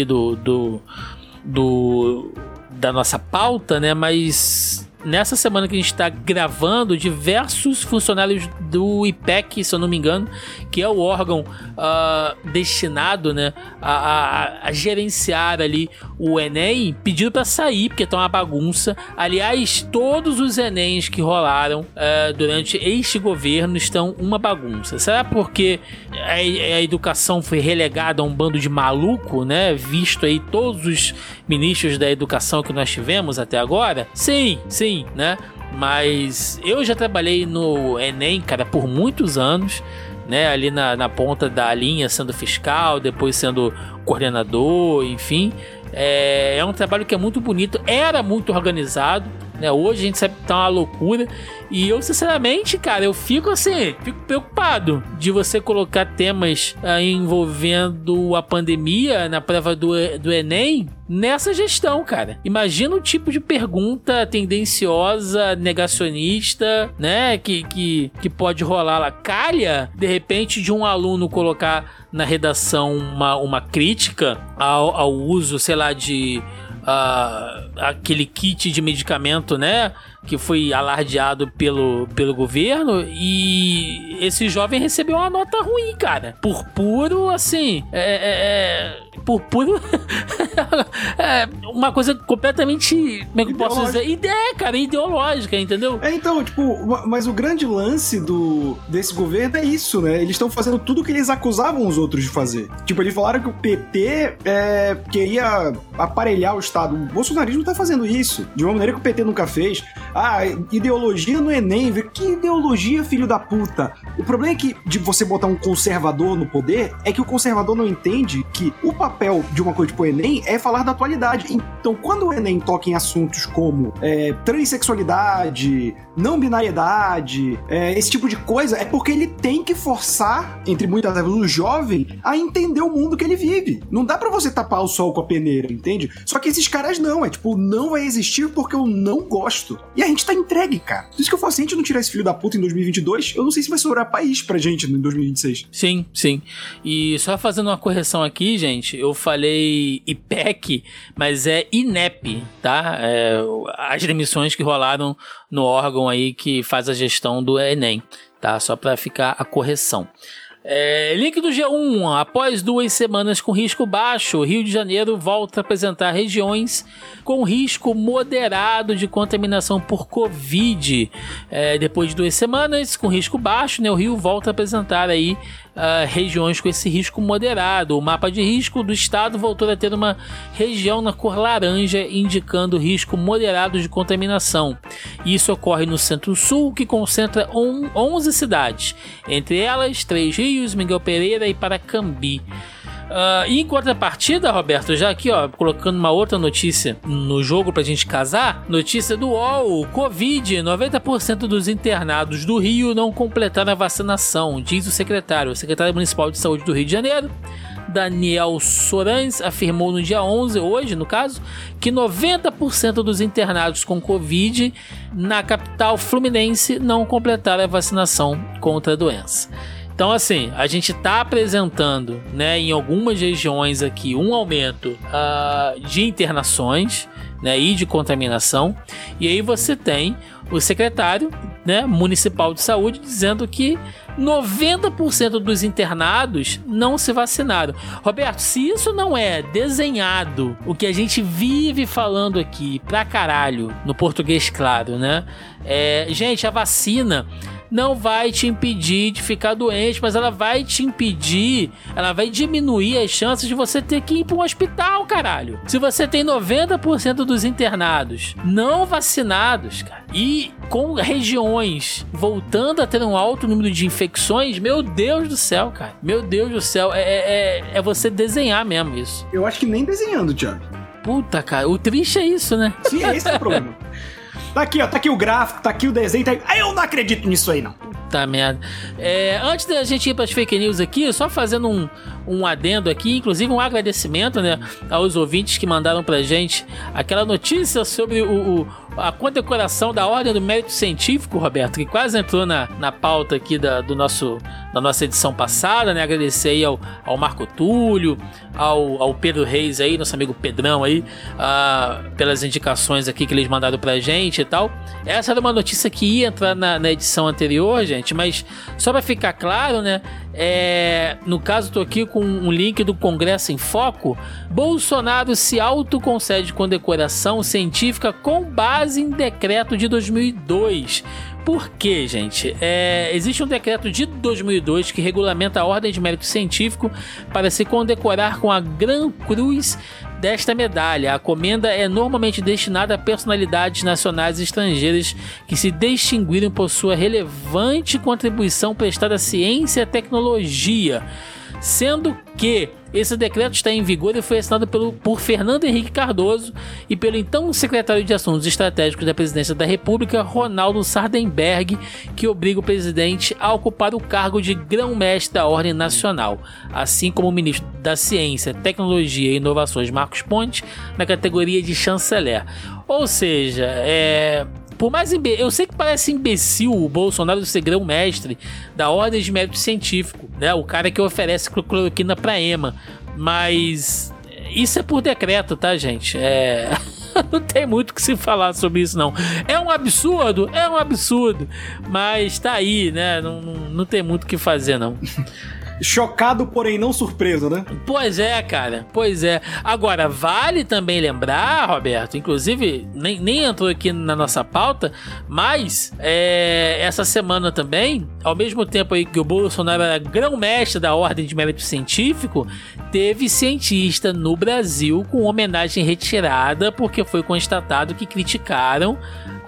da nossa pauta, né? Mas nessa semana que a gente está gravando, diversos funcionários do IPEC, se eu não me engano, que é o órgão destinado, né, a gerenciar ali o Enem, pediram para sair, porque tá uma bagunça. Aliás, todos os Enems que rolaram durante este governo estão uma bagunça. Será porque a educação foi relegada a um bando de maluco, né? Visto aí todos os ministros da educação que nós tivemos até agora? Sim, né? Mas eu já trabalhei no Enem, cara, por muitos anos, né? Ali na ponta da linha, sendo fiscal, depois sendo coordenador, enfim. É um trabalho que é muito bonito, era muito organizado, né? Hoje a gente sabe que tá uma loucura. E eu, sinceramente, cara, eu fico preocupado de você colocar temas envolvendo a pandemia na prova do Enem nessa gestão, cara. Imagina o tipo de pergunta tendenciosa, negacionista, né, que pode rolar lá. Calha, de repente, de um aluno colocar na redação uma crítica ao uso, sei lá, de aquele kit de medicamento, né, que foi alardeado pelo governo, e esse jovem recebeu uma nota ruim, cara, por puro, assim, por puro uma coisa completamente, como é que eu posso dizer? Ideológica, entendeu? Então, tipo, mas o grande lance desse governo é isso, né? Eles estão fazendo tudo o que eles acusavam os outros de fazer. Tipo, eles falaram que o PT queria aparelhar o Estado. O bolsonarismo tá fazendo isso, de uma maneira que o PT nunca fez. Ideologia no Enem, que ideologia, filho da puta? O problema é que, de você botar um conservador no poder, é que o conservador não entende que o papel de uma coisa tipo o Enem é falar da atualidade. Então, quando o Enem toca em assuntos como transexualidade, não binariedade, esse tipo de coisa, é porque ele tem que forçar, entre muitas vezes, o jovem a entender o mundo que ele vive. Não dá pra você tapar o sol com a peneira, entende? Só que esses caras não, não vai existir porque eu não gosto. E a gente tá entregue, cara. Por isso que eu falo, se a gente não tirar esse filho da puta em 2022, eu não sei se vai sobrar país pra gente em 2026. Sim. E só fazendo uma correção aqui, gente, eu falei IPEC, mas é INEP, tá? As demissões que rolaram no órgão aí que faz a gestão do Enem, tá? Só pra ficar a correção. Link do G1. Após 2 semanas com risco baixo, Rio de Janeiro volta a apresentar regiões com risco moderado de contaminação por Covid. Depois de 2 semanas com risco baixo, né, o Rio volta a apresentar aí regiões com esse risco moderado. O mapa de risco do estado voltou a ter uma região na cor laranja, indicando risco moderado de contaminação. Isso ocorre no Centro-Sul, que concentra 11 cidades, entre elas Três Rios, Miguel Pereira e Paracambi. Em contrapartida, Roberto, já aqui colocando uma outra notícia no jogo pra gente casar, notícia do UOL: Covid, 90% dos internados do Rio não completaram a vacinação, diz o secretário municipal de saúde do Rio de Janeiro, Daniel Sorans, afirmou no dia 11, hoje no caso, que 90% dos internados com Covid na capital fluminense não completaram a vacinação contra a doença. Então, assim, a gente está apresentando, né, em algumas regiões aqui um aumento de internações, né, e de contaminação. E aí você tem o secretário, né, municipal de saúde dizendo que 90% dos internados não se vacinaram. Roberto, se isso não é desenhado, o que a gente vive falando aqui pra caralho, no português claro, né? Gente, a vacina não vai te impedir de ficar doente, mas ela vai te impedir, ela vai diminuir as chances de você ter que ir para um hospital, caralho. Se você tem 90% dos internados não vacinados, cara, e com regiões voltando a ter um alto número de infecções, meu Deus do céu, cara. Meu Deus do céu, é você desenhar mesmo isso. Eu acho que nem desenhando, Thiago. Puta, cara, o triste é isso, né? Sim, esse é o problema. Tá aqui, ó, tá aqui o gráfico, tá aqui o desenho, tá aí. Eu não acredito nisso aí, não. Tá merda. Antes da gente ir pras fake news aqui, só fazendo um adendo aqui, inclusive um agradecimento, né, aos ouvintes que mandaram pra gente aquela notícia sobre a condecoração da Ordem do Mérito Científico, Roberto, que quase entrou na pauta aqui da nossa edição passada, né? Agradecer aí ao Marco Túlio, ao Pedro Reis aí, nosso amigo Pedrão aí, pelas indicações aqui que eles mandaram pra gente e tal. Essa era uma notícia que ia entrar na edição anterior, gente, mas só pra ficar claro, né? No caso, tô aqui com um link do Congresso em Foco. Bolsonaro se autoconcede condecoração científica com base em decreto de 2002. Por quê, gente? Existe um decreto de 2002 que regulamenta a Ordem de Mérito Científico para se condecorar com a Gran Cruz desta medalha. A comenda é normalmente destinada a personalidades nacionais e estrangeiras que se distinguiram por sua relevante contribuição prestada à ciência e à tecnologia, sendo que esse decreto está em vigor e foi assinado por Fernando Henrique Cardoso e pelo então secretário de Assuntos Estratégicos da Presidência da República, Ronaldo Sardenberg, que obriga o presidente a ocupar o cargo de grão-mestre da Ordem Nacional, assim como o ministro da Ciência, Tecnologia e Inovações, Marcos Pontes, na categoria de chanceler. Ou seja, por mais eu sei que parece imbecil o Bolsonaro ser grão-mestre da Ordem de Mérito Científico, né? O cara que oferece cloroquina pra EMA, mas isso é por decreto, tá, gente? Não tem muito o que se falar sobre isso, não. É um absurdo, mas tá aí, né? Não tem muito o que fazer, não. Chocado, porém não surpreso, né? Pois é, cara. Pois é. Agora, vale também lembrar, Roberto, inclusive, nem entrou aqui na nossa pauta, mas essa semana também, ao mesmo tempo aí que o Bolsonaro era grão-mestre da Ordem de Mérito Científico, teve cientista no Brasil com homenagem retirada porque foi constatado que criticaram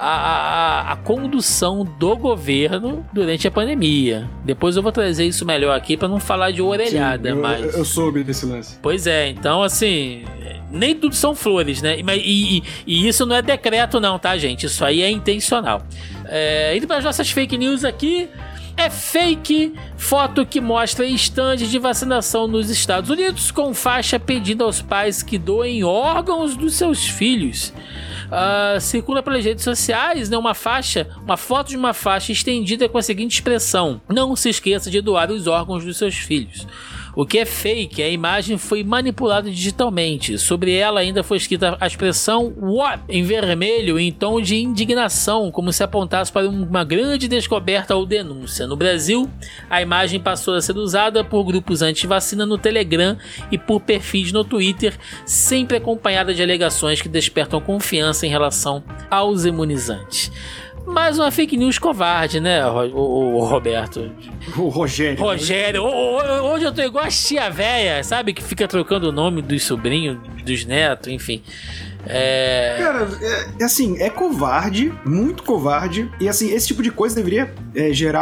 a condução do governo durante a pandemia. Depois eu vou trazer isso melhor aqui para não falar de orelhada. Sim, mas eu soube desse lance. Pois é, então assim, nem tudo são flores, né? E isso não é decreto não, tá, gente? Isso aí é intencional. Indo para as nossas fake news aqui. É fake foto que mostra estandes de vacinação nos Estados Unidos com faixa pedindo aos pais que doem órgãos dos seus filhos. Circula pelas redes sociais, né, uma foto de uma faixa estendida com a seguinte expressão: não se esqueça de doar os órgãos dos seus filhos. O que é fake, a imagem foi manipulada digitalmente. Sobre ela ainda foi escrita a expressão "what" em vermelho em tom de indignação, como se apontasse para uma grande descoberta ou denúncia. No Brasil, a imagem passou a ser usada por grupos anti-vacina no Telegram e por perfis no Twitter, sempre acompanhada de alegações que despertam confiança em relação aos imunizantes. Mais uma fake news covarde, né, o Roberto? O Rogério. Hoje eu tô igual a tia véia, sabe? Que fica trocando o nome dos sobrinhos, dos netos, enfim. Cara, assim, é covarde, muito covarde. E assim, esse tipo de coisa deveria gerar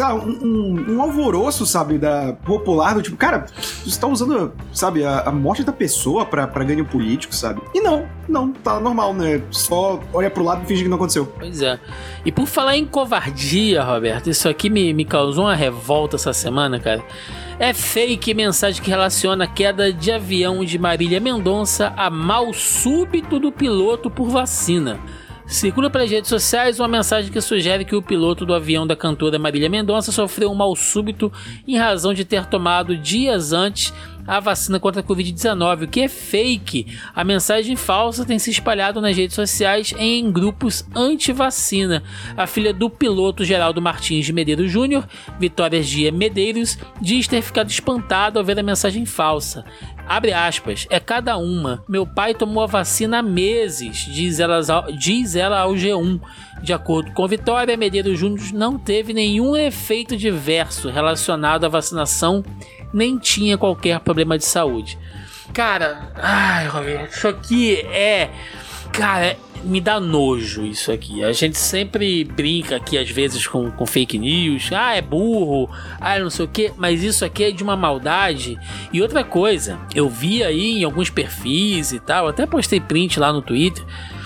um alvoroço, sabe, popular, do tipo, cara, você tá usando, sabe, a morte da pessoa pra ganho político, sabe? E não, tá normal, né? Só olha pro lado e finge que não aconteceu. Pois é. E por falar em covardia, Roberto, isso aqui me causou uma revolta essa semana, cara. É fake mensagem que relaciona a queda de avião de Marília Mendonça a mal súbito do piloto por vacina. Circula pelas redes sociais uma mensagem que sugere que o piloto do avião da cantora Marília Mendonça sofreu um mal súbito em razão de ter tomado dias antes a vacina contra a Covid-19, o que é fake. A mensagem falsa tem se espalhado nas redes sociais em grupos anti-vacina. A filha do piloto Geraldo Martins de Medeiros Júnior, Vitória Gia Medeiros, diz ter ficado espantado ao ver a mensagem falsa. Abre aspas, é cada uma. Meu pai tomou a vacina há meses, diz ela ao G1. De acordo com Vitória, Medeiros Júnior não teve nenhum efeito diverso relacionado à vacinação, nem tinha qualquer problema de saúde. Cara, Roberto, isso aqui cara, me dá nojo isso aqui. A gente sempre brinca aqui às vezes com fake news. É burro, não sei o que. Mas isso aqui é de uma maldade. E outra coisa, eu vi aí em alguns perfis e tal, até postei print lá no Twitter.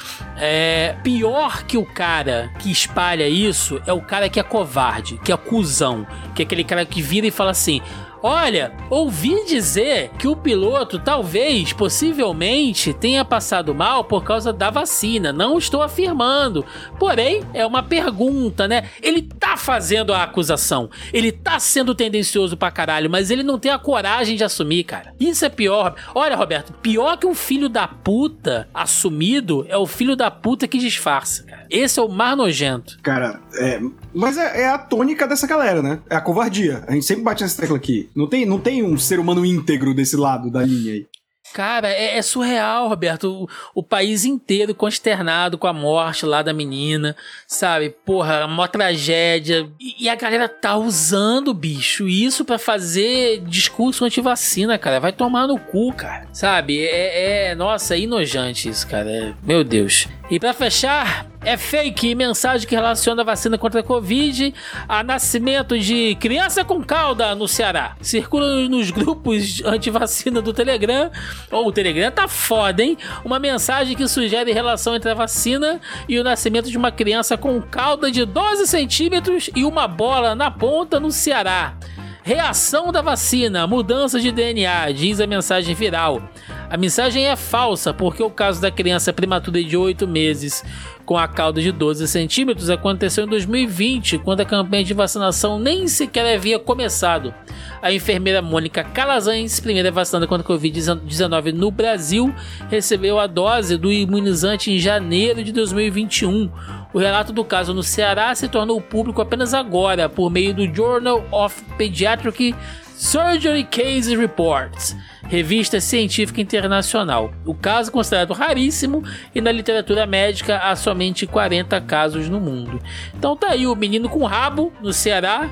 Pior que o cara que espalha isso é o cara que é covarde, que é cuzão, que é aquele cara que vira e fala assim: olha, ouvi dizer que o piloto talvez, possivelmente, tenha passado mal por causa da vacina. Não estou afirmando. Porém, é uma pergunta, né? Ele tá fazendo a acusação. Ele tá sendo tendencioso pra caralho, mas ele não tem a coragem de assumir, cara. Isso é pior. Olha, Roberto, pior que um filho da puta assumido é o filho da puta que disfarça, cara. Esse é o mais nojento. Cara, mas é a tônica dessa galera, né? É a covardia. A gente sempre bate nessa tecla aqui. Não tem um ser humano íntegro desse lado da linha aí. Cara, é surreal, Roberto. O país inteiro consternado com a morte lá da menina, sabe? Porra, uma tragédia. E a galera tá usando, bicho, isso pra fazer discurso anti-vacina, cara. Vai tomar no cu, cara. Sabe? Nossa, é inojante isso, cara. Meu Deus. E pra fechar, é fake mensagem que relaciona a vacina contra a Covid a nascimento de criança com cauda no Ceará. Circula nos grupos anti-vacina do Telegram. O Telegram tá foda, hein? Uma mensagem que sugere relação entre a vacina e o nascimento de uma criança com cauda de 12 centímetros e uma bola na ponta no Ceará. Reação da vacina, mudança de DNA, diz a mensagem viral. A mensagem é falsa, porque o caso da criança prematura de 8 meses com a cauda de 12 centímetros aconteceu em 2020, quando a campanha de vacinação nem sequer havia começado. A enfermeira Mônica Calazans, primeira vacinada contra a Covid-19 no Brasil, recebeu a dose do imunizante em janeiro de 2021. O relato do caso no Ceará se tornou público apenas agora, por meio do Journal of Pediatric Surgery Case Reports, revista científica internacional. O caso é considerado raríssimo e na literatura médica há somente 40 casos no mundo. Então tá aí o menino com rabo no Ceará.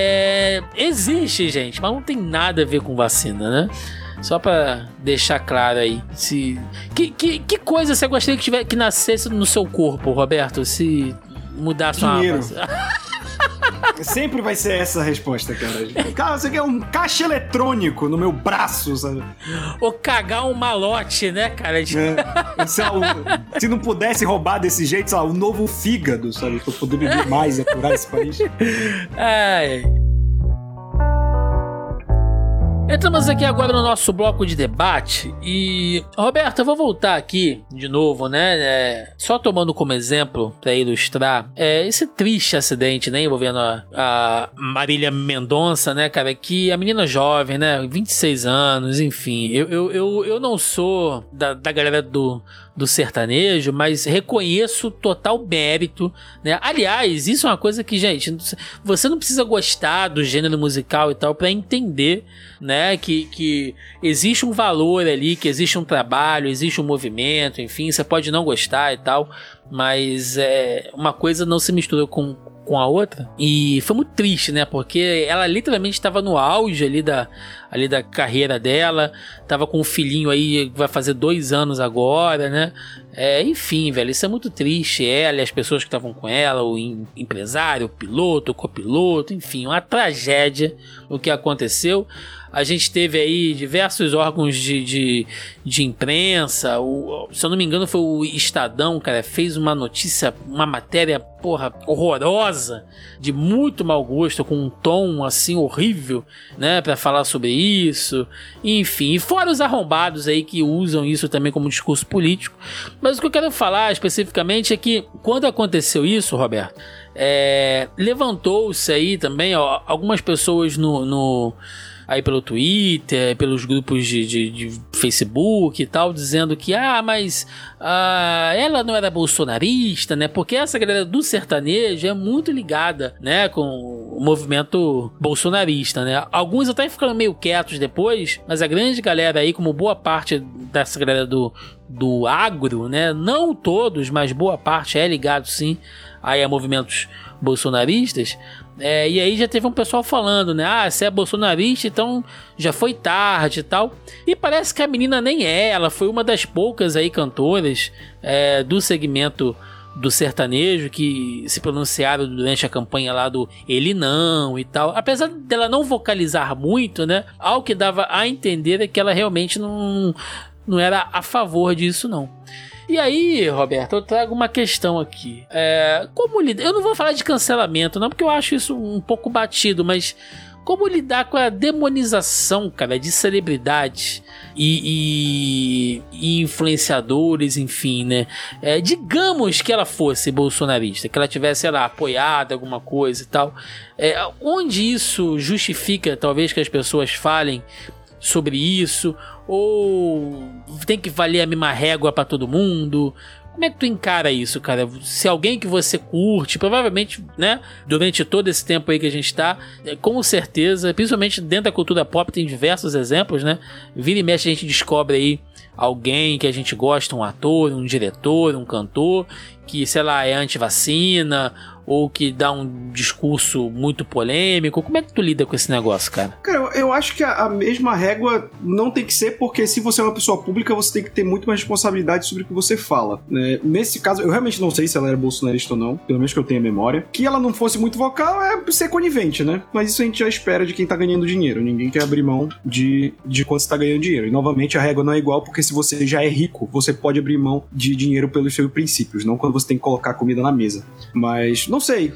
Existe, gente, mas não tem nada a ver com vacina, né? Só pra deixar claro aí. Que coisa você gostaria que nascesse no seu corpo, Roberto? Se mudasse uma... Sempre vai ser essa a resposta, cara. Cara, você quer um caixa eletrônico no meu braço, sabe? Ou cagar um malote, né, cara? Se não pudesse roubar desse jeito, sei lá, um novo fígado, sabe? Pra eu poder beber mais e aturar esse país. Entramos aqui agora no nosso bloco de debate e, Roberto, eu vou voltar aqui de novo, né, só tomando como exemplo para ilustrar esse triste acidente, né, envolvendo a Marília Mendonça, né, cara, que a menina jovem, né, 26 anos, enfim, eu não sou da galera do sertanejo, mas reconheço total mérito, né? Aliás, isso é uma coisa que, gente, você não precisa gostar do gênero musical e tal para entender, né, que existe um valor ali, que existe um trabalho, existe um movimento, enfim, você pode não gostar e tal, mas uma coisa não se mistura com a outra, e foi muito triste, né, porque ela literalmente estava no auge ali da carreira dela, tava com um filhinho aí, vai fazer 2 anos agora, né, enfim, velho, isso é muito triste, ela e as pessoas que estavam com ela, o empresário, o piloto, o copiloto, enfim, uma tragédia o que aconteceu. A gente teve aí diversos órgãos de imprensa, se eu não me engano foi o Estadão, cara, fez uma notícia, uma matéria, porra, horrorosa, de muito mau gosto, com um tom, assim, horrível, né, pra falar sobre isso, enfim, e fora os arrombados aí que usam isso também como discurso político. Mas o que eu quero falar especificamente é que, quando aconteceu isso, Roberto, levantou-se aí também, ó, algumas pessoas aí pelo Twitter, pelos grupos de Facebook e tal, dizendo que, mas ela não era bolsonarista, né, porque essa galera do sertanejo é muito ligada, né, com o movimento bolsonarista, né, alguns até ficaram meio quietos depois, mas a grande galera aí, como boa parte dessa galera do agro, né, não todos, mas boa parte é ligado sim aí a movimentos bolsonaristas. E aí já teve um pessoal falando, né, se é bolsonarista, então já foi tarde e tal, e parece que a menina nem ela foi uma das poucas aí cantoras do segmento do sertanejo que se pronunciaram durante a campanha lá do Ele Não e tal, apesar dela não vocalizar muito, né, ao que dava a entender é que ela realmente não era a favor disso, não. E aí, Roberto, eu trago uma questão aqui. Como lidar? Eu não vou falar de cancelamento, não, porque eu acho isso um pouco batido, mas como lidar com a demonização, cara, de celebridades e influenciadores, enfim, né? Digamos que ela fosse bolsonarista, que ela tivesse, sei lá, apoiado alguma coisa e tal. Onde isso justifica, talvez, que as pessoas falem sobre isso? Ou tem que valer a mesma régua pra todo mundo? Como é que tu encara isso, cara? Se alguém que você curte, provavelmente, né, durante todo esse tempo aí que a gente tá, com certeza, principalmente dentro da cultura pop, tem diversos exemplos, né? Vira e mexe a gente descobre aí alguém que a gente gosta, um ator, um diretor, um cantor, que, sei lá, é anti-vacina, ou que dá um discurso muito polêmico. Como é que tu lida com esse negócio, cara? Cara, eu acho que a mesma régua não tem que ser, porque se você é uma pessoa pública, você tem que ter muito mais responsabilidade sobre o que você fala, né? Nesse caso, eu realmente não sei se ela era bolsonarista ou não, pelo menos que eu tenha memória. Que ela não fosse muito vocal é ser conivente, né? Mas isso a gente já espera de quem tá ganhando dinheiro. Ninguém quer abrir mão de quanto você tá ganhando dinheiro. E, novamente, a régua não é igual, porque se você já é rico, você pode abrir mão de dinheiro pelos seus princípios, não quando você tem que colocar comida na mesa. Mas, não sei.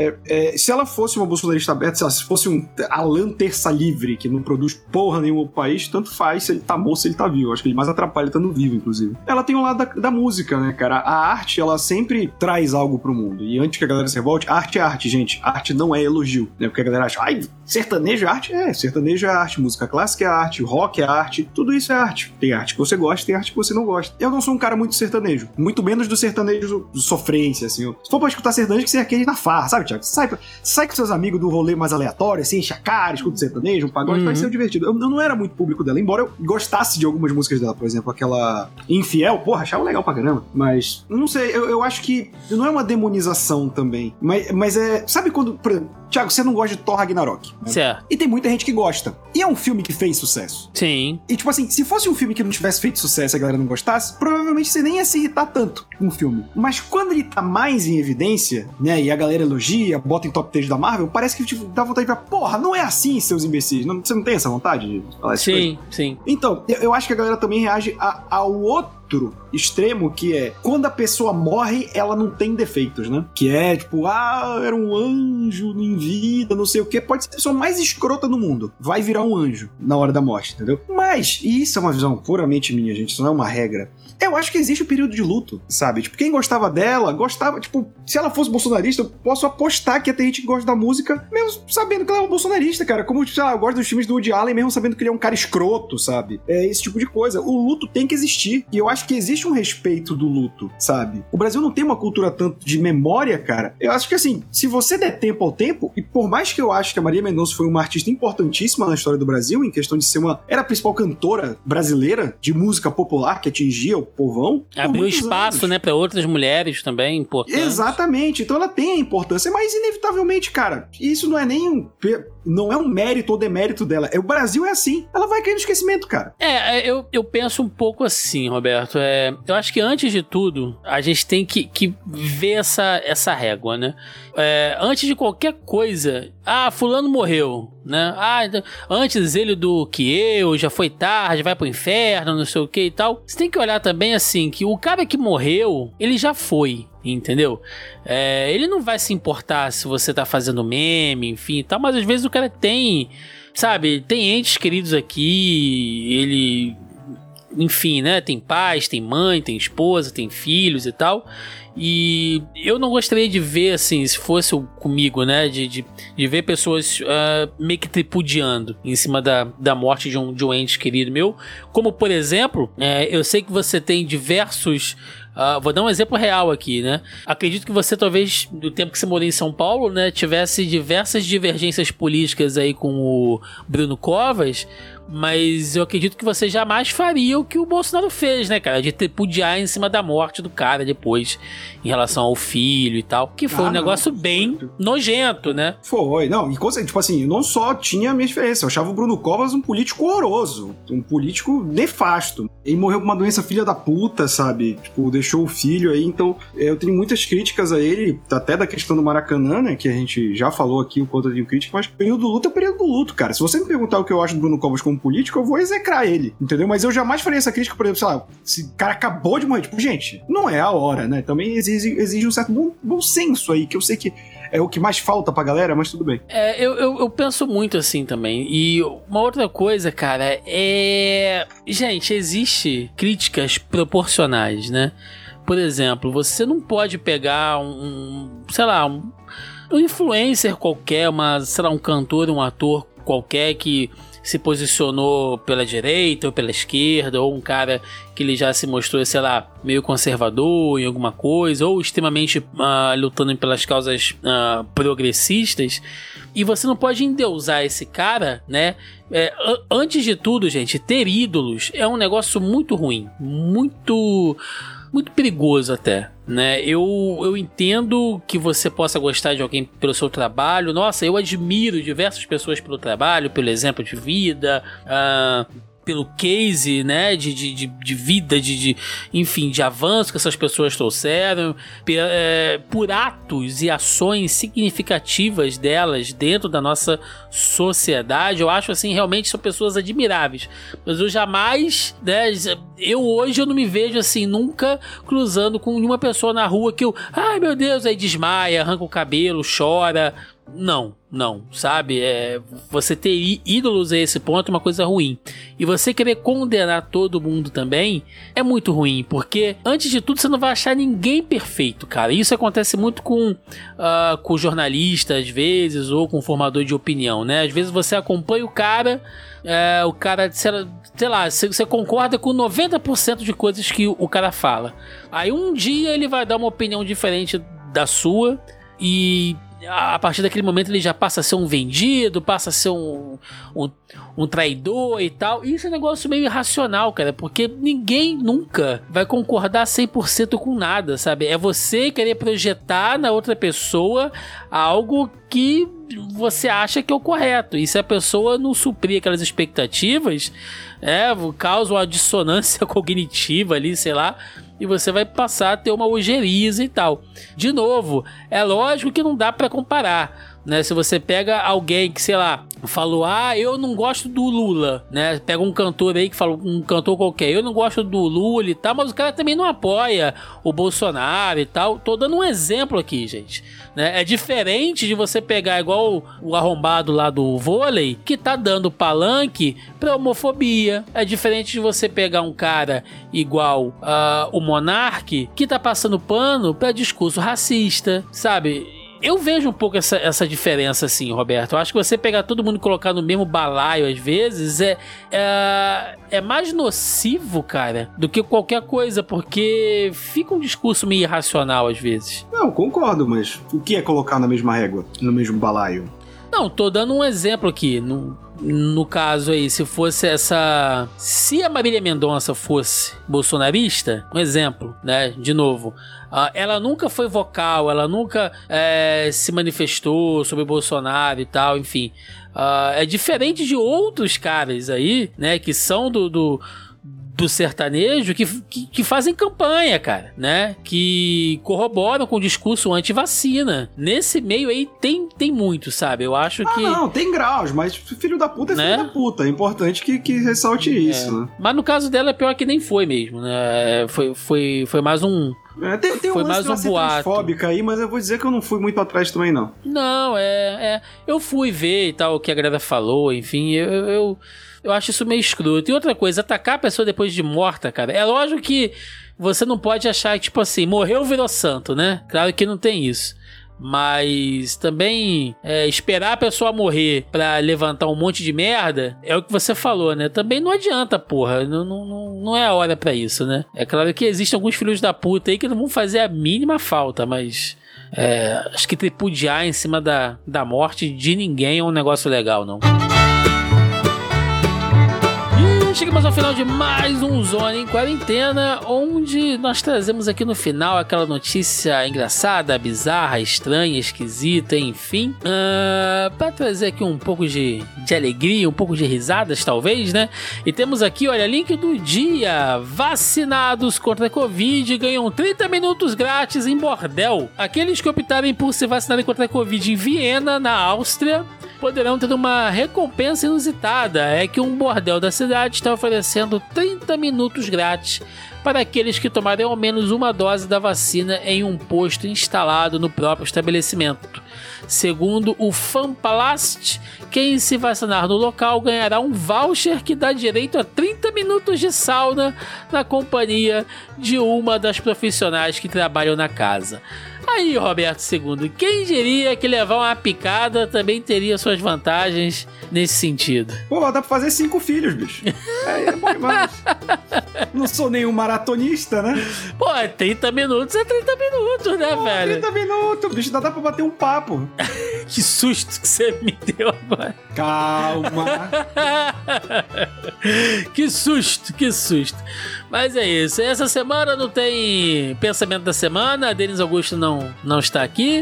Se ela fosse uma bolsonarista aberta, se fosse um Alan Terça Livre, que não produz porra nenhuma pro país, tanto faz se ele tá morto, se ele tá vivo. Acho que ele mais atrapalha estando vivo, inclusive. Ela tem um lado da música, né, cara? A arte, ela sempre traz algo pro mundo. E antes que a galera se revolte, arte é arte, gente. Arte não é elogio, né? Porque a galera acha, sertanejo é arte? Sertanejo é arte. Música clássica é arte. Rock é arte. Tudo isso é arte. Tem arte que você gosta, tem arte que você não gosta. Eu não sou um cara muito sertanejo. Muito menos do sertanejo de sofrência, assim. Se for pra escutar sertanejo, que você aquele na farra, sabe, Thiago? Sai com seus amigos do rolê mais aleatório, assim, enche a cara, escuta sertanejo, um pagode, vai ser divertido. Eu não era muito público dela, embora eu gostasse de algumas músicas dela, por exemplo, aquela Infiel, porra, achava legal pra caramba. Mas, não sei, eu acho que não é uma demonização também, mas sabe quando, por exemplo, Thiago, você não gosta de Thor Ragnarok, né? Certo. E tem muita gente que gosta. E é um filme que fez sucesso. Sim. E, tipo assim, se fosse um filme que não tivesse feito sucesso e a galera não gostasse, provavelmente você nem ia se irritar tanto com o filme. Mas quando ele tá mais em evidência, né, e a galera elogia, bota em top 3 da Marvel, parece que, tipo, dá vontade de falar, porra, não é assim, seus imbecis. Você não tem essa vontade de falar isso? Sim. Então, eu acho que a galera também reage ao outro extremo, que é quando a pessoa morre, ela não tem defeitos, né? Que é tipo, era um anjo em vida, não sei o que. Pode ser a pessoa mais escrota do mundo, vai virar um anjo na hora da morte, entendeu? Mas, e isso é uma visão puramente minha, gente, isso não é uma regra. Eu acho que existe o período de luto, sabe? Tipo, quem gostava dela, gostava, tipo, se ela fosse bolsonarista, eu posso apostar que ia ter gente que gosta da música, mesmo sabendo que ela é uma bolsonarista, cara. Como, sei lá, eu gosto dos filmes do Woody Allen, mesmo sabendo que ele é um cara escroto, sabe? É esse tipo de coisa. O luto tem que existir. E eu acho acho que existe um respeito do luto, sabe? O Brasil não tem uma cultura tanto de memória, cara. Eu acho que, assim, se você der tempo ao tempo, e por mais que eu acho que a Marília Mendonça foi uma artista importantíssima na história do Brasil, em questão de ser era a principal cantora brasileira de música popular que atingia o povão. Abriu espaço, né, pra outras mulheres também, importantes. Exatamente. Então ela tem a importância, mas inevitavelmente, cara, isso não é nem não é um mérito ou demérito dela. O Brasil é assim. Ela vai cair no esquecimento, cara. Eu penso um pouco assim, Roberto. Eu acho que antes de tudo, a gente tem que ver essa régua, né? Antes de qualquer coisa, fulano morreu, né? Antes ele do que eu, já foi tarde, vai pro inferno, não sei o que e tal. Você tem que olhar também assim, que o cara que morreu, ele já foi. Entendeu? Ele não vai se importar se você tá fazendo meme, enfim e tal, mas às vezes o cara tem, sabe, tem entes queridos aqui, ele, enfim, né, tem pais, tem mãe, tem esposa, tem filhos e tal, e eu não gostaria de ver, assim, se fosse comigo, né, de ver pessoas meio que tripudiando em cima da morte de um ente querido meu, como por exemplo, eu sei que você tem diversos... vou dar um exemplo real aqui, né? Acredito que você, talvez, no tempo que você morou em São Paulo, né, tivesse diversas divergências políticas aí com o Bruno Covas, mas eu acredito que você jamais faria o que o Bolsonaro fez, né, cara? De tripudiar em cima da morte do cara depois, em relação ao filho e tal, que foi um negócio bem nojento, né? Foi, não, e tipo assim, eu não só tinha a minha diferença, eu achava o Bruno Covas um político horroroso, um político nefasto. Ele morreu com uma doença filha da puta, sabe? Tipo, deixou o filho aí, então eu tenho muitas críticas a ele, até da questão do Maracanã, né, que a gente já falou aqui o quanto eu tenho crítica, mas período do luto é período do luto, cara. Se você me perguntar o que eu acho do Bruno Covas como político, eu vou execrar ele, entendeu? Mas eu jamais faria essa crítica, por exemplo, sei lá, se o cara acabou de morrer, tipo, gente, não é a hora, né? Também exige um certo bom senso aí, que eu sei que é o que mais falta pra galera, mas tudo bem. Eu penso muito assim também. E uma outra coisa, cara, gente, existe críticas proporcionais, né? Por exemplo, você não pode pegar um influencer qualquer, um cantor, um ator qualquer que se posicionou pela direita ou pela esquerda, ou um cara que ele já se mostrou, sei lá, meio conservador em alguma coisa, ou extremamente lutando pelas causas progressistas, e você não pode endeusar esse cara, né? Antes de tudo, gente, ter ídolos é um negócio muito ruim, muito perigoso até, né? Eu entendo que você possa gostar de alguém pelo seu trabalho. Nossa, eu admiro diversas pessoas pelo trabalho, pelo exemplo de vida, pelo case, né, de vida, enfim, de avanço que essas pessoas trouxeram, por atos e ações significativas delas dentro da nossa sociedade. Eu acho, assim, realmente são pessoas admiráveis, mas eu jamais, né, hoje eu não me vejo, assim, nunca cruzando com nenhuma pessoa na rua que ai meu Deus, aí desmaia, arranca o cabelo, chora. Não, sabe? Você ter ídolos a esse ponto é uma coisa ruim. E você querer condenar todo mundo também é muito ruim, porque antes de tudo você não vai achar ninguém perfeito, cara. Isso acontece muito com jornalista às vezes, ou com formador de opinião, né? Às vezes você acompanha o cara, sei lá, você concorda com 90% de coisas que o cara fala. Aí um dia ele vai dar uma opinião diferente da sua, e a partir daquele momento ele já passa a ser um vendido, passa a ser um traidor e tal. E isso é um negócio meio irracional, cara, porque ninguém nunca vai concordar 100% com nada, sabe? É você querer projetar na outra pessoa algo que você acha que é o correto, e se a pessoa não suprir aquelas expectativas, causa uma dissonância cognitiva ali, sei lá, e você vai passar a ter uma ojeriza e tal. De novo, é lógico que não dá pra comparar, né? Se você pega alguém que, sei lá, falou, eu não gosto do Lula, né? Pega um cantor aí que fala, um cantor qualquer, eu não gosto do Lula e tal, mas o cara também não apoia o Bolsonaro e tal. Tô dando um exemplo aqui, gente, né? É diferente de você pegar igual o arrombado lá do vôlei, que tá dando palanque pra homofobia. É diferente de você pegar um cara igual o Monark, que tá passando pano pra discurso racista, sabe? Eu vejo um pouco essa diferença, assim, Roberto. Eu acho que você pegar todo mundo e colocar no mesmo balaio, às vezes, é mais nocivo, cara, do que qualquer coisa, porque fica um discurso meio irracional, às vezes. Não, concordo, mas o que é colocar na mesma régua, no mesmo balaio? Não, tô dando um exemplo aqui. No caso aí, se a Marília Mendonça fosse bolsonarista, um exemplo, né, de novo, ela nunca foi vocal, ela nunca se manifestou sobre Bolsonaro e tal, enfim, é diferente de outros caras aí, né, que são do sertanejo, que fazem campanha, cara, né? Que corroboram com o discurso anti-vacina. Nesse meio aí tem muito, sabe? Eu acho que... Não, tem graus, mas filho da puta é filho da puta. É importante que ressalte isso, né? Mas no caso dela é pior que nem foi mesmo, né? Foi mais um... Tem foi um mais um boato. Transfóbica aí, mas eu vou dizer que eu não fui muito atrás também, não. Não, eu fui ver e tal, o que a galera falou, enfim, eu acho isso meio escroto. E outra coisa, atacar a pessoa depois de morta, cara, é lógico que você não pode achar que, tipo assim, morreu, virou santo, né? Claro que não tem isso. Mas também esperar a pessoa morrer pra levantar um monte de merda é o que você falou, né? Também não adianta, porra. Não é a hora pra isso, né? É claro que existem alguns filhos da puta aí que não vão fazer a mínima falta, mas acho que tripudiar em cima da morte de ninguém é um negócio legal, não. Chegamos ao final de mais um Zona em Quarentena, onde nós trazemos aqui no final aquela notícia engraçada, bizarra, estranha, esquisita, enfim, para trazer aqui um pouco de alegria, um pouco de risadas, talvez, né? E temos aqui, olha, link do dia: vacinados contra a Covid ganham 30 minutos grátis em bordel. Aqueles que optarem por se vacinarem contra a Covid em Viena, na Áustria, poderão ter uma recompensa inusitada. É que um bordel da cidade está oferecendo 30 minutos grátis para aqueles que tomarem ao menos uma dose da vacina em um posto instalado no próprio estabelecimento. Segundo o Fanpalast, quem se vacinar no local ganhará um voucher que dá direito a 30 minutos de sauna na companhia de uma das profissionais que trabalham na casa. Aí, Roberto II, quem diria que levar uma picada também teria suas vantagens nesse sentido? Pô, dá pra fazer 5 filhos, bicho. É bom demais. Não sou nenhum maratonista, né? Pô, 30 minutos é 30 minutos, né, velho? 30 minutos, bicho, dá pra bater um papo. Que susto que você me deu agora. Calma. Que susto. Mas é isso. Essa semana não tem pensamento da semana. Denis Augusto não está aqui.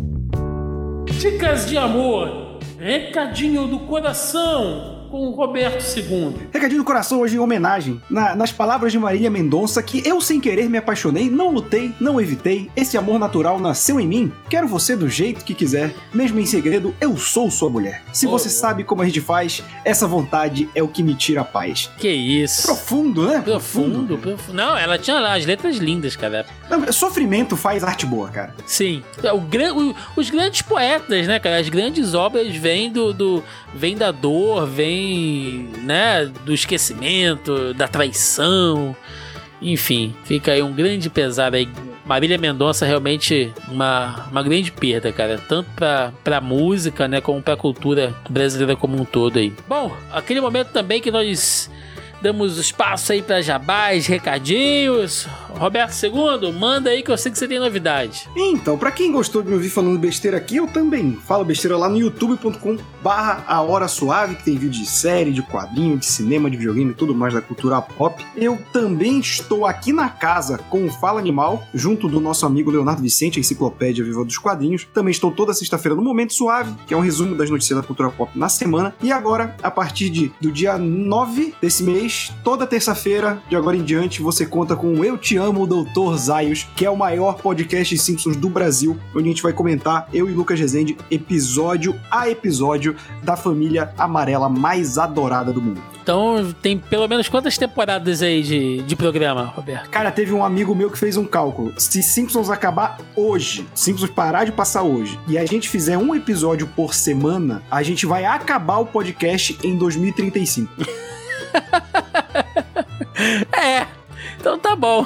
Dicas de amor. Recadinho do coração. Com o Roberto II. Recadinho do coração hoje em homenagem nas palavras de Marília Mendonça, que eu sem querer me apaixonei, não lutei, não evitei, esse amor natural nasceu em mim, quero você do jeito que quiser, mesmo em segredo, eu sou sua mulher. Se você sabe como a gente faz, essa vontade é o que me tira a paz. Que isso. Profundo, né? Profundo. Não, ela tinha lá as letras lindas, cara. Não, sofrimento faz arte boa, cara. Sim. Os grandes poetas, né, cara? As grandes obras vêm vem da dor, vem, né, do esquecimento, da traição, enfim, fica aí um grande pesar aí. Marília Mendonça realmente uma grande perda, cara, tanto pra música, né, como pra cultura brasileira como um todo aí. Bom, aquele momento também que nós damos espaço aí pra jabás, recadinhos. Roberto II, manda aí que eu sei que você tem novidade. Então, pra quem gostou de me ouvir falando besteira aqui, eu também falo besteira lá no youtube.com/A Hora Suave, que tem vídeo de série, de quadrinho, de cinema, de videogame e tudo mais da cultura pop. Eu também estou aqui na casa com o Fala Animal, junto do nosso amigo Leonardo Vicente, a enciclopédia viva dos quadrinhos. Também estou toda sexta-feira no Momento Suave, que é um resumo das notícias da cultura pop na semana. E agora, a partir do dia 9 desse mês, toda terça-feira, de agora em diante, você conta com o Eu Te Amo, Dr. Zaios, que é o maior podcast de Simpsons do Brasil, onde a gente vai comentar, eu e Lucas Rezende, episódio a episódio da família amarela mais adorada do mundo. Então, tem pelo menos quantas temporadas aí de programa, Roberto? Cara, teve um amigo meu que fez um cálculo. Se Simpsons acabar hoje, Simpsons parar de passar hoje, e a gente fizer um episódio por semana, a gente vai acabar o podcast em 2035. Então tá bom.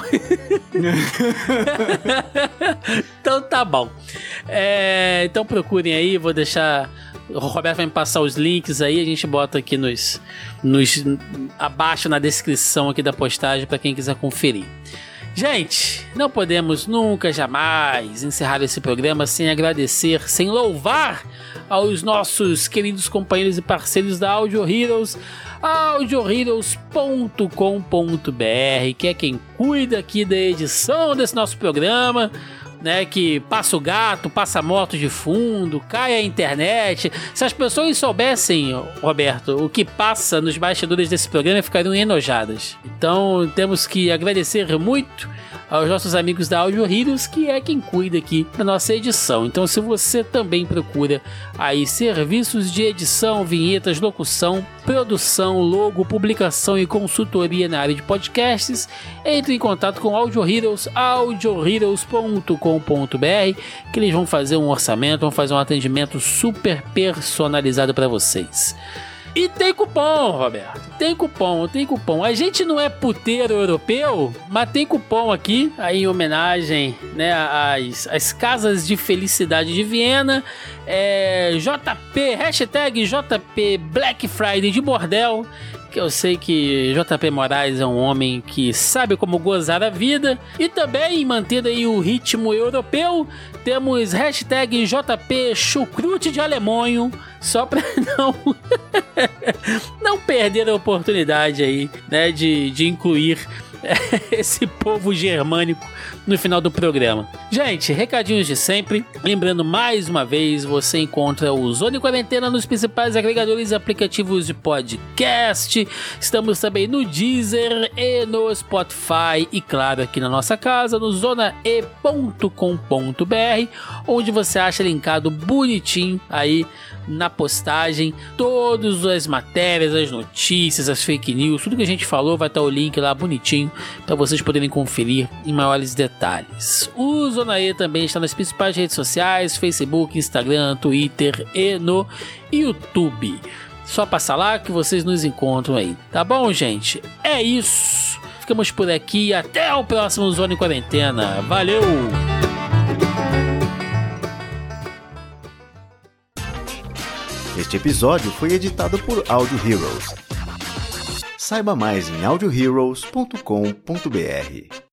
Então tá bom. Então procurem aí, vou deixar... O Roberto vai me passar os links aí, a gente bota aqui abaixo na descrição aqui da postagem para quem quiser conferir. Gente, não podemos nunca, jamais encerrar esse programa sem agradecer, sem louvar aos nossos queridos companheiros e parceiros da Audio Heroes, audioheroes.com.br, que é quem cuida aqui da edição desse nosso programa, né, que passa o gato, passa a moto de fundo, cai a internet. Se as pessoas soubessem, Roberto, o que passa nos bastidores desse programa, ficariam enojadas. Então temos que agradecer muito aos nossos amigos da Audio Heroes, que é quem cuida aqui da nossa edição. Então, se você também procura aí serviços de edição, vinhetas, locução, produção, logo, publicação e consultoria na área de podcasts, entre em contato com Audio Heroes, audioheroes.com.br, que eles vão fazer um orçamento, vão fazer um atendimento super personalizado para vocês. E tem cupom, Roberto. Tem cupom. A gente não é puteiro europeu, mas tem cupom aqui, aí em homenagem, né, às casas de felicidade de Viena. JP, hashtag JP Black Friday de bordel. Que eu sei que JP Moraes é um homem que sabe como gozar a vida. E também, mantendo aí o ritmo europeu, temos hashtag JP Chucrute de Alemonho, só para não perder a oportunidade aí, né, de incluir esse povo germânico no final do programa. Gente, recadinhos de sempre. Lembrando mais uma vez, você encontra o Zona em Quarentena nos principais agregadores e aplicativos de podcast. Estamos também no Deezer e no Spotify e, claro, aqui na nossa casa, no zonae.com.br, onde você acha linkado bonitinho aí na postagem todas as matérias, as notícias, as fake news, tudo que a gente falou, vai estar o link lá bonitinho para vocês poderem conferir em maiores detalhes. O Zona E também está nas principais redes sociais, Facebook, Instagram, Twitter e no YouTube. Só passar lá que vocês nos encontram aí. Tá bom, gente? É isso. Ficamos por aqui. Até o próximo Zona em Quarentena. Valeu! Este episódio foi editado por Audio Heroes. Saiba mais em audioheroes.com.br.